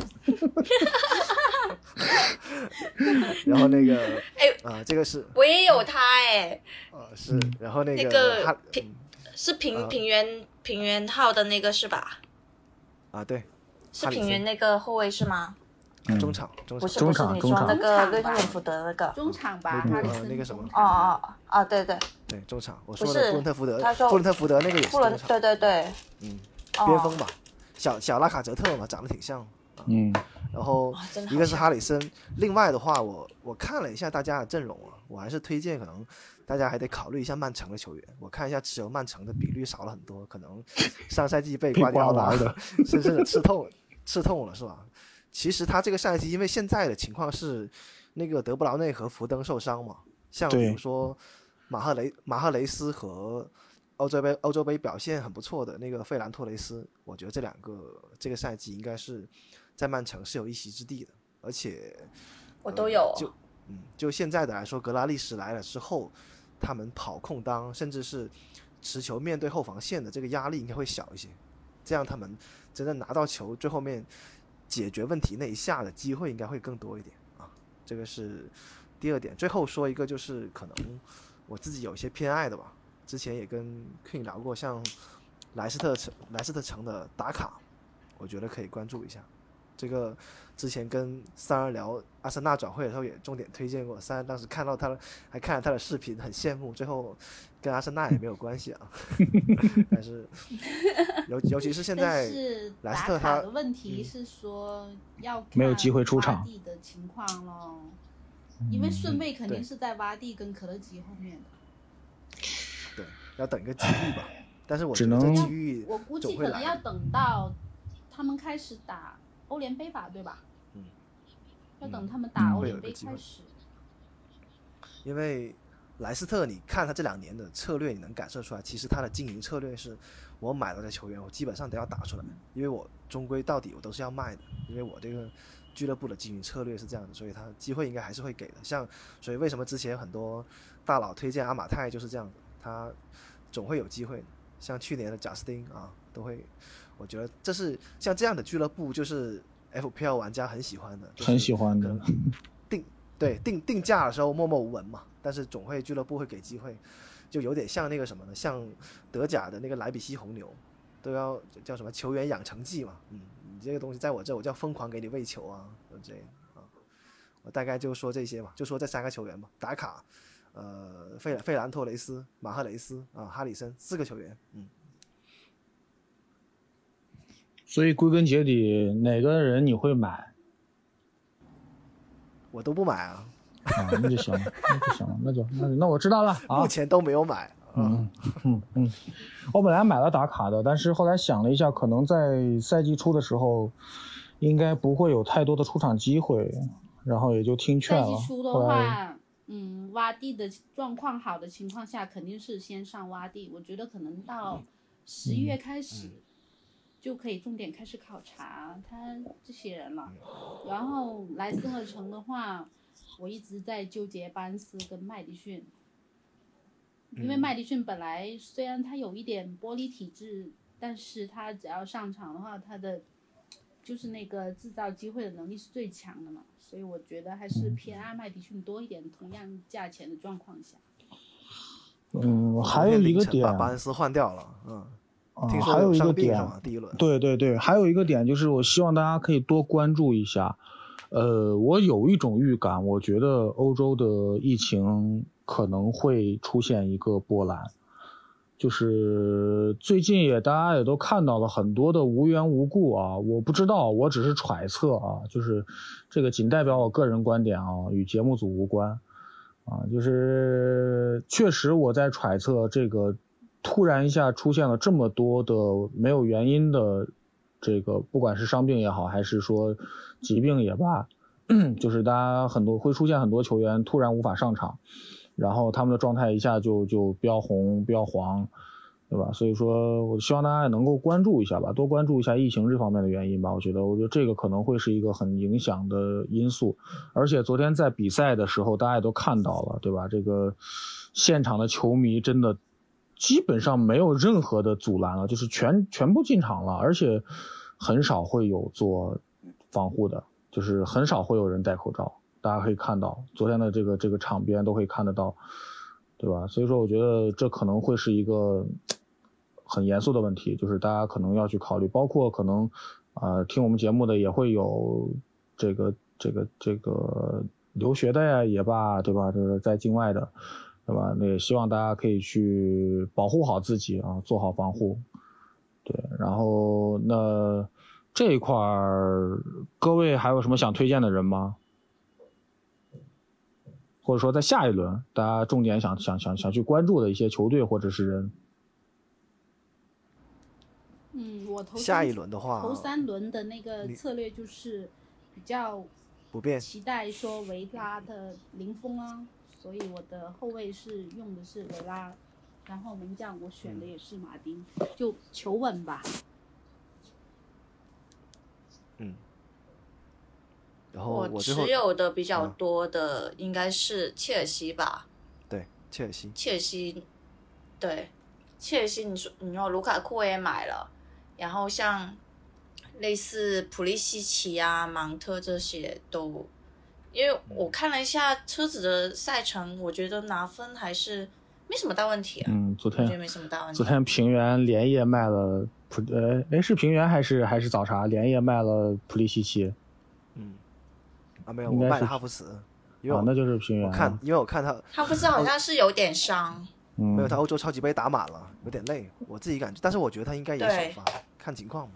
然后那个，这个是我也有他是，然后那个是平原号的那个是吧？ 对， 是平原那个后卫是吗？ 中场， 不是你说那个勒克伦福德那个中场吧？ 那个什么？ 对， 中场，我说的布伦特福德， 他说布伦特福德那个也是中场， 对， 边锋吧，小拉卡泽特嘛，长得挺像，然后一个是哈里森，另外的话我看了一下大家的阵容我还是推荐可能大家还得考虑一下曼城的球员，我看一下持有曼城的比率少了很多，可能上赛季被瓜迪奥拉深深的刺痛了是吧？其实他这个赛季，因为现在的情况是那个德布劳内和福登受伤嘛，像比如说马赫雷斯和欧洲杯表现很不错的那个费兰托雷斯，我觉得这2个这个赛季应该是在曼城是有一席之地的，而且我都有。 就现在的来说，格拉利什来了之后，他们跑空当甚至是持球面对后防线的这个压力应该会小一些，这样他们真正拿到球最后面解决问题那一下的机会应该会更多一点这个是第2点。最后说一个就是可能我自己有一些偏爱的吧，之前也跟 Queen 聊过，像莱斯特城的达卡，我觉得可以关注一下。这个之前跟三儿聊阿森纳转会的时候也重点推荐过，三儿当时看到他还看了他的视频，很羡慕，最后跟阿森纳也没有关系但是尤其是现在莱斯特他的问题是说要看没有机会出场的情况咯，因为顺位肯定是在洼地跟可乐吉后面的。 对，要等一个机遇吧。但是我觉得这机遇我估计可能要等到他们开始打欧联杯吧，对吧？要等他们打欧联杯开始。 因为莱斯特，你看他这2年的策略，你能感受出来，其实他的经营策略是，我买到的球员，我基本上都要打出来，因为我终归到底我都是要卖的，因为我这个俱乐部的经营策略是这样的，所以他机会应该还是会给的。所以为什么之前很多大佬推荐阿马泰就是这样的，他总会有机会的。像去年的贾斯汀都会，我觉得这是像这样的俱乐部，就是 FPL 玩家很喜欢的， 很喜欢的。 定价的时候默默无闻嘛，但是总会俱乐部会给机会，就有点像那个什么呢？像德甲的那个莱比锡红牛，都要叫什么球员养成记嘛，你这个东西在我这我叫疯狂给你喂球这样我大概就说这些嘛，就说这3个球员吧，达卡。费兰托雷斯、马赫雷斯哈里森4个球员。 所以归根结底，哪个人你会买？ 我都不买啊。 那就行了，那我知道了啊。 目前都没有买。 我本来买了打卡的，但是后来想了一下，可能在赛季初的时候，应该不会有太多的出场机会，然后也就听劝了。 赛季初的话，洼地的状况好的情况下，肯定是先上洼地。我觉得可能到11月开始，就可以重点开始考察他这些人了。然后莱斯特城的话，我一直在纠结班斯跟麦迪逊，因为麦迪逊本来虽然他有一点玻璃体质，但是他只要上场的话，他的就是那个制造机会的能力是最强的嘛，所以我觉得还是偏爱麦迪逊多一点，同样价钱的状况下。 还有一个点， 把巴恩斯换掉了，听说还有一个点点， 第一轮。 对，还有一个点就是我希望大家可以多关注一下。我有一种预感，我觉得欧洲的疫情可能会出现一个波澜，就是最近大家也都看到了很多的无缘无故啊，我不知道，我只是揣测啊，就是这个仅代表我个人观点啊，与节目组无关啊，就是确实我在揣测这个突然一下出现了这么多的没有原因的这个，不管是伤病也好，还是说疾病也罢，就是大家会出现很多球员突然无法上场，然后他们的状态一下就飙红飙黄，对吧？所以说我希望大家也能够关注一下吧，多关注一下疫情这方面的原因吧。我觉得这个可能会是一个很影响的因素，而且昨天在比赛的时候大家也都看到了，对吧？这个现场的球迷真的基本上没有任何的阻拦了，就是全部进场了，而且很少会有做防护的，就是很少会有人戴口罩，大家可以看到昨天的这个场边都可以看得到，对吧？所以说我觉得这可能会是一个很严肃的问题，就是大家可能要去考虑，包括可能听我们节目的也会有这个留学的呀也罢，对吧？就是在境外的，对吧？那也希望大家可以去保护好自己啊，做好防护。对，然后那这一块各位还有什么想推荐的人吗？或者说在下一轮大家重点想去关注的一些球队或者是人？ 我下一轮的话， 头3轮的那个策略就是比较不变， 期待说维拉的零封啊，所以我的后卫是用的是维拉，然后门将我选的也是马丁，就求稳吧。 然后我持有的比较多的应该是切尔西吧。 对，切尔西， 对，切尔西你说卢卡库我也买了，然后像类似普利西奇啊、芒特这些都，因为我看了一下车子的赛程，我觉得拿分还是没什么大问题啊。 昨天我觉得没什么大问题。 昨天平原连夜卖了是平原还是早茶连夜卖了普利西奇？ 没有，我卖了哈弗茨，因为那就是平原。 因为我看他哈弗茨好像是有点伤， 没有他欧洲超级杯打满了，有点累，我自己感觉，但是我觉得他应该也首发，看情况嘛。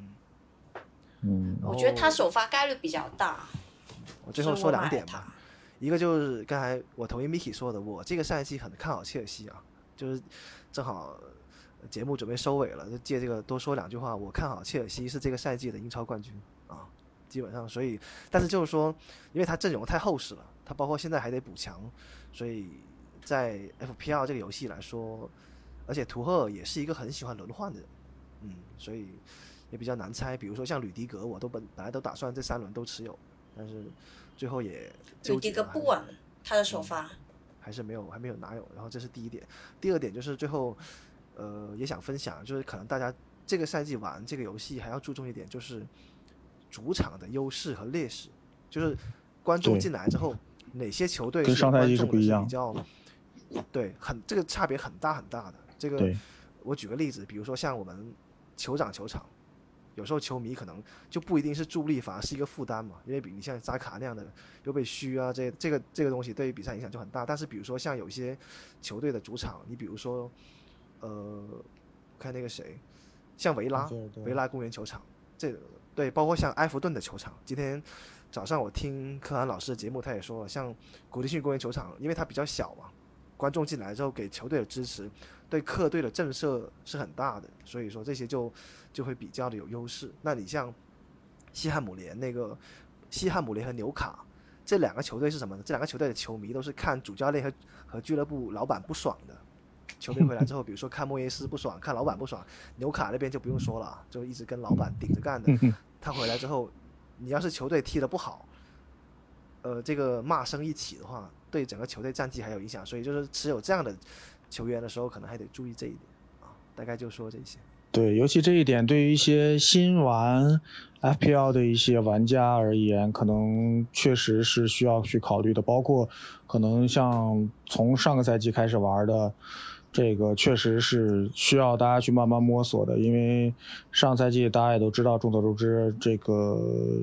我觉得他首发概率比较大。 我最后说2点吧，一个就是刚才我同意 Miki 说的，我这个赛季很看好切尔西啊，就是正好节目准备收尾了，就借这个多说2句话，我看好切尔西是这个赛季的英超冠军啊。基本上，所以，但是就是说，因为他阵容太厚实了，他包括现在还得补强，所以在 FPL 这个游戏来说，而且图赫尔也是一个很喜欢轮换的人，所以也比较难猜。比如说像吕迪格，我都本来都打算这3轮都持有，但是最后也吕迪格不稳，他的首发还没有拿有。然后这是第一点，第二点就是最后，也想分享，就是可能大家这个赛季玩这个游戏还要注重一点，就是主场的优势和劣势，就是观众进来之后，哪些球队跟上赛季是不一样， 比较对，这个差别很大很大的。这个我举个例子，比如说像我们酋长球场，有时候球迷可能就不一定是助力，反而是一个负担嘛，因为比你像扎卡那样的又被虚啊，这个东西对于比赛影响就很大。但是比如说像有些球队的主场，你比如说看那个谁，像维拉公园球场。 对，包括像埃弗顿的球场，今天早上我听柯涵老师的节目，他也说了，像古迪逊公园球场，因为它比较小嘛，观众进来之后给球队的支持，对客队的震慑是很大的，所以说这些就会比较的有优势。那你像西汉姆联和纽卡这两个球队是什么呢？这两个球队的球迷都是看主教练和俱乐部老板不爽的。球队回来之后，比如说看莫耶斯不爽，看老板不爽，纽卡那边就不用说了，就一直跟老板顶着干的。他回来之后，你要是球队踢得不好，这个骂声一起的话，对整个球队战绩还有影响。所以就是持有这样的球员的时候，可能还得注意这一点啊。大概就说这些。 对，尤其这一点对于一些新玩 FPL 的一些玩家而言，可能确实是需要去考虑的。包括可能像从上个赛季开始玩的。这个确实是需要大家去慢慢摸索的，因为上赛季大家也都知道，众所周知，这个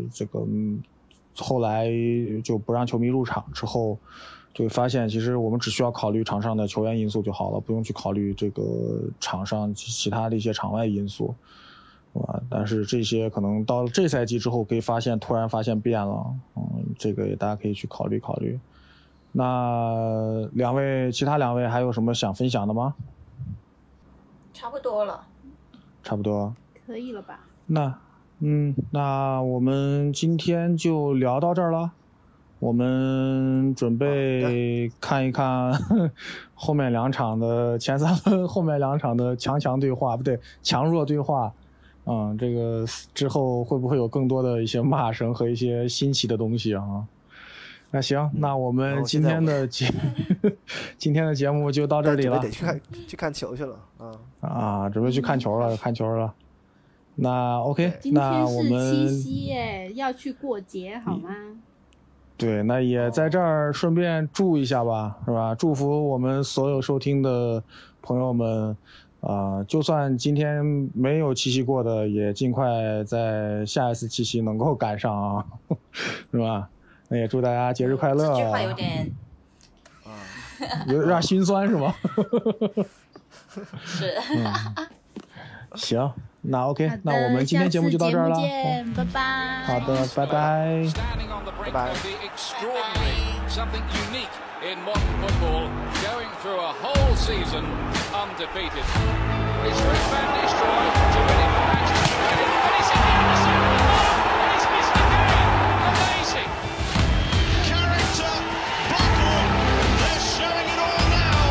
后来就不让球迷入场之后，就会发现其实我们只需要考虑场上的球员因素就好了，不用去考虑这个场上其他的一些场外因素，但是这些可能到了这赛季之后，可以突然发现变了，这个也大家可以去考虑考虑。那其他两位还有什么想分享的吗？ 差不多了。 差不多。 可以了吧？ 那我们今天就聊到这儿了。我们准备看一看后面两场的前3轮，后面两场的强对话，不对，强弱对话。这个之后会不会有更多的一些骂声和一些新奇的东西啊？那行，那我们今天的节目就到这里了。 得去看球去了准备去看球了。那 OK， 那我们今天是七夕耶，要去过节好吗？ 对，那也在这儿顺便祝一下吧，是吧？祝福我们所有收听的朋友们，就算今天没有七夕过的，也尽快在下一次七夕能够赶上啊，是吧？那也祝大家节日快乐。 这句话有点有点心酸是吗？ 是。 行，那 OK， 那我们今天节目就到这儿了。 下次节目见，拜拜。 好的，拜拜。 拜拜。 Something unique in modern football, going through a whole season undefeated. It's Rick Van Nistelrooy to win it for Manchester United, and it's in the other side of the ball, and it's missed again. Amazing. Character, bottle, they're showing it all now.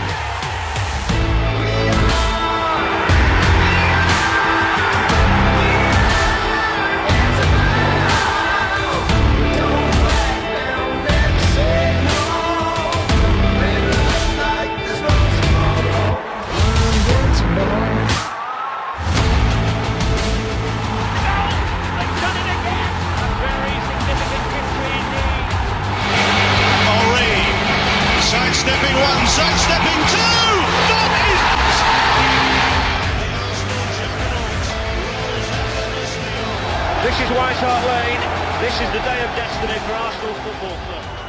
Sidestepping one, sidestepping two! That is... This is White Hart Lane. This is the day of destiny for Arsenal Football Club.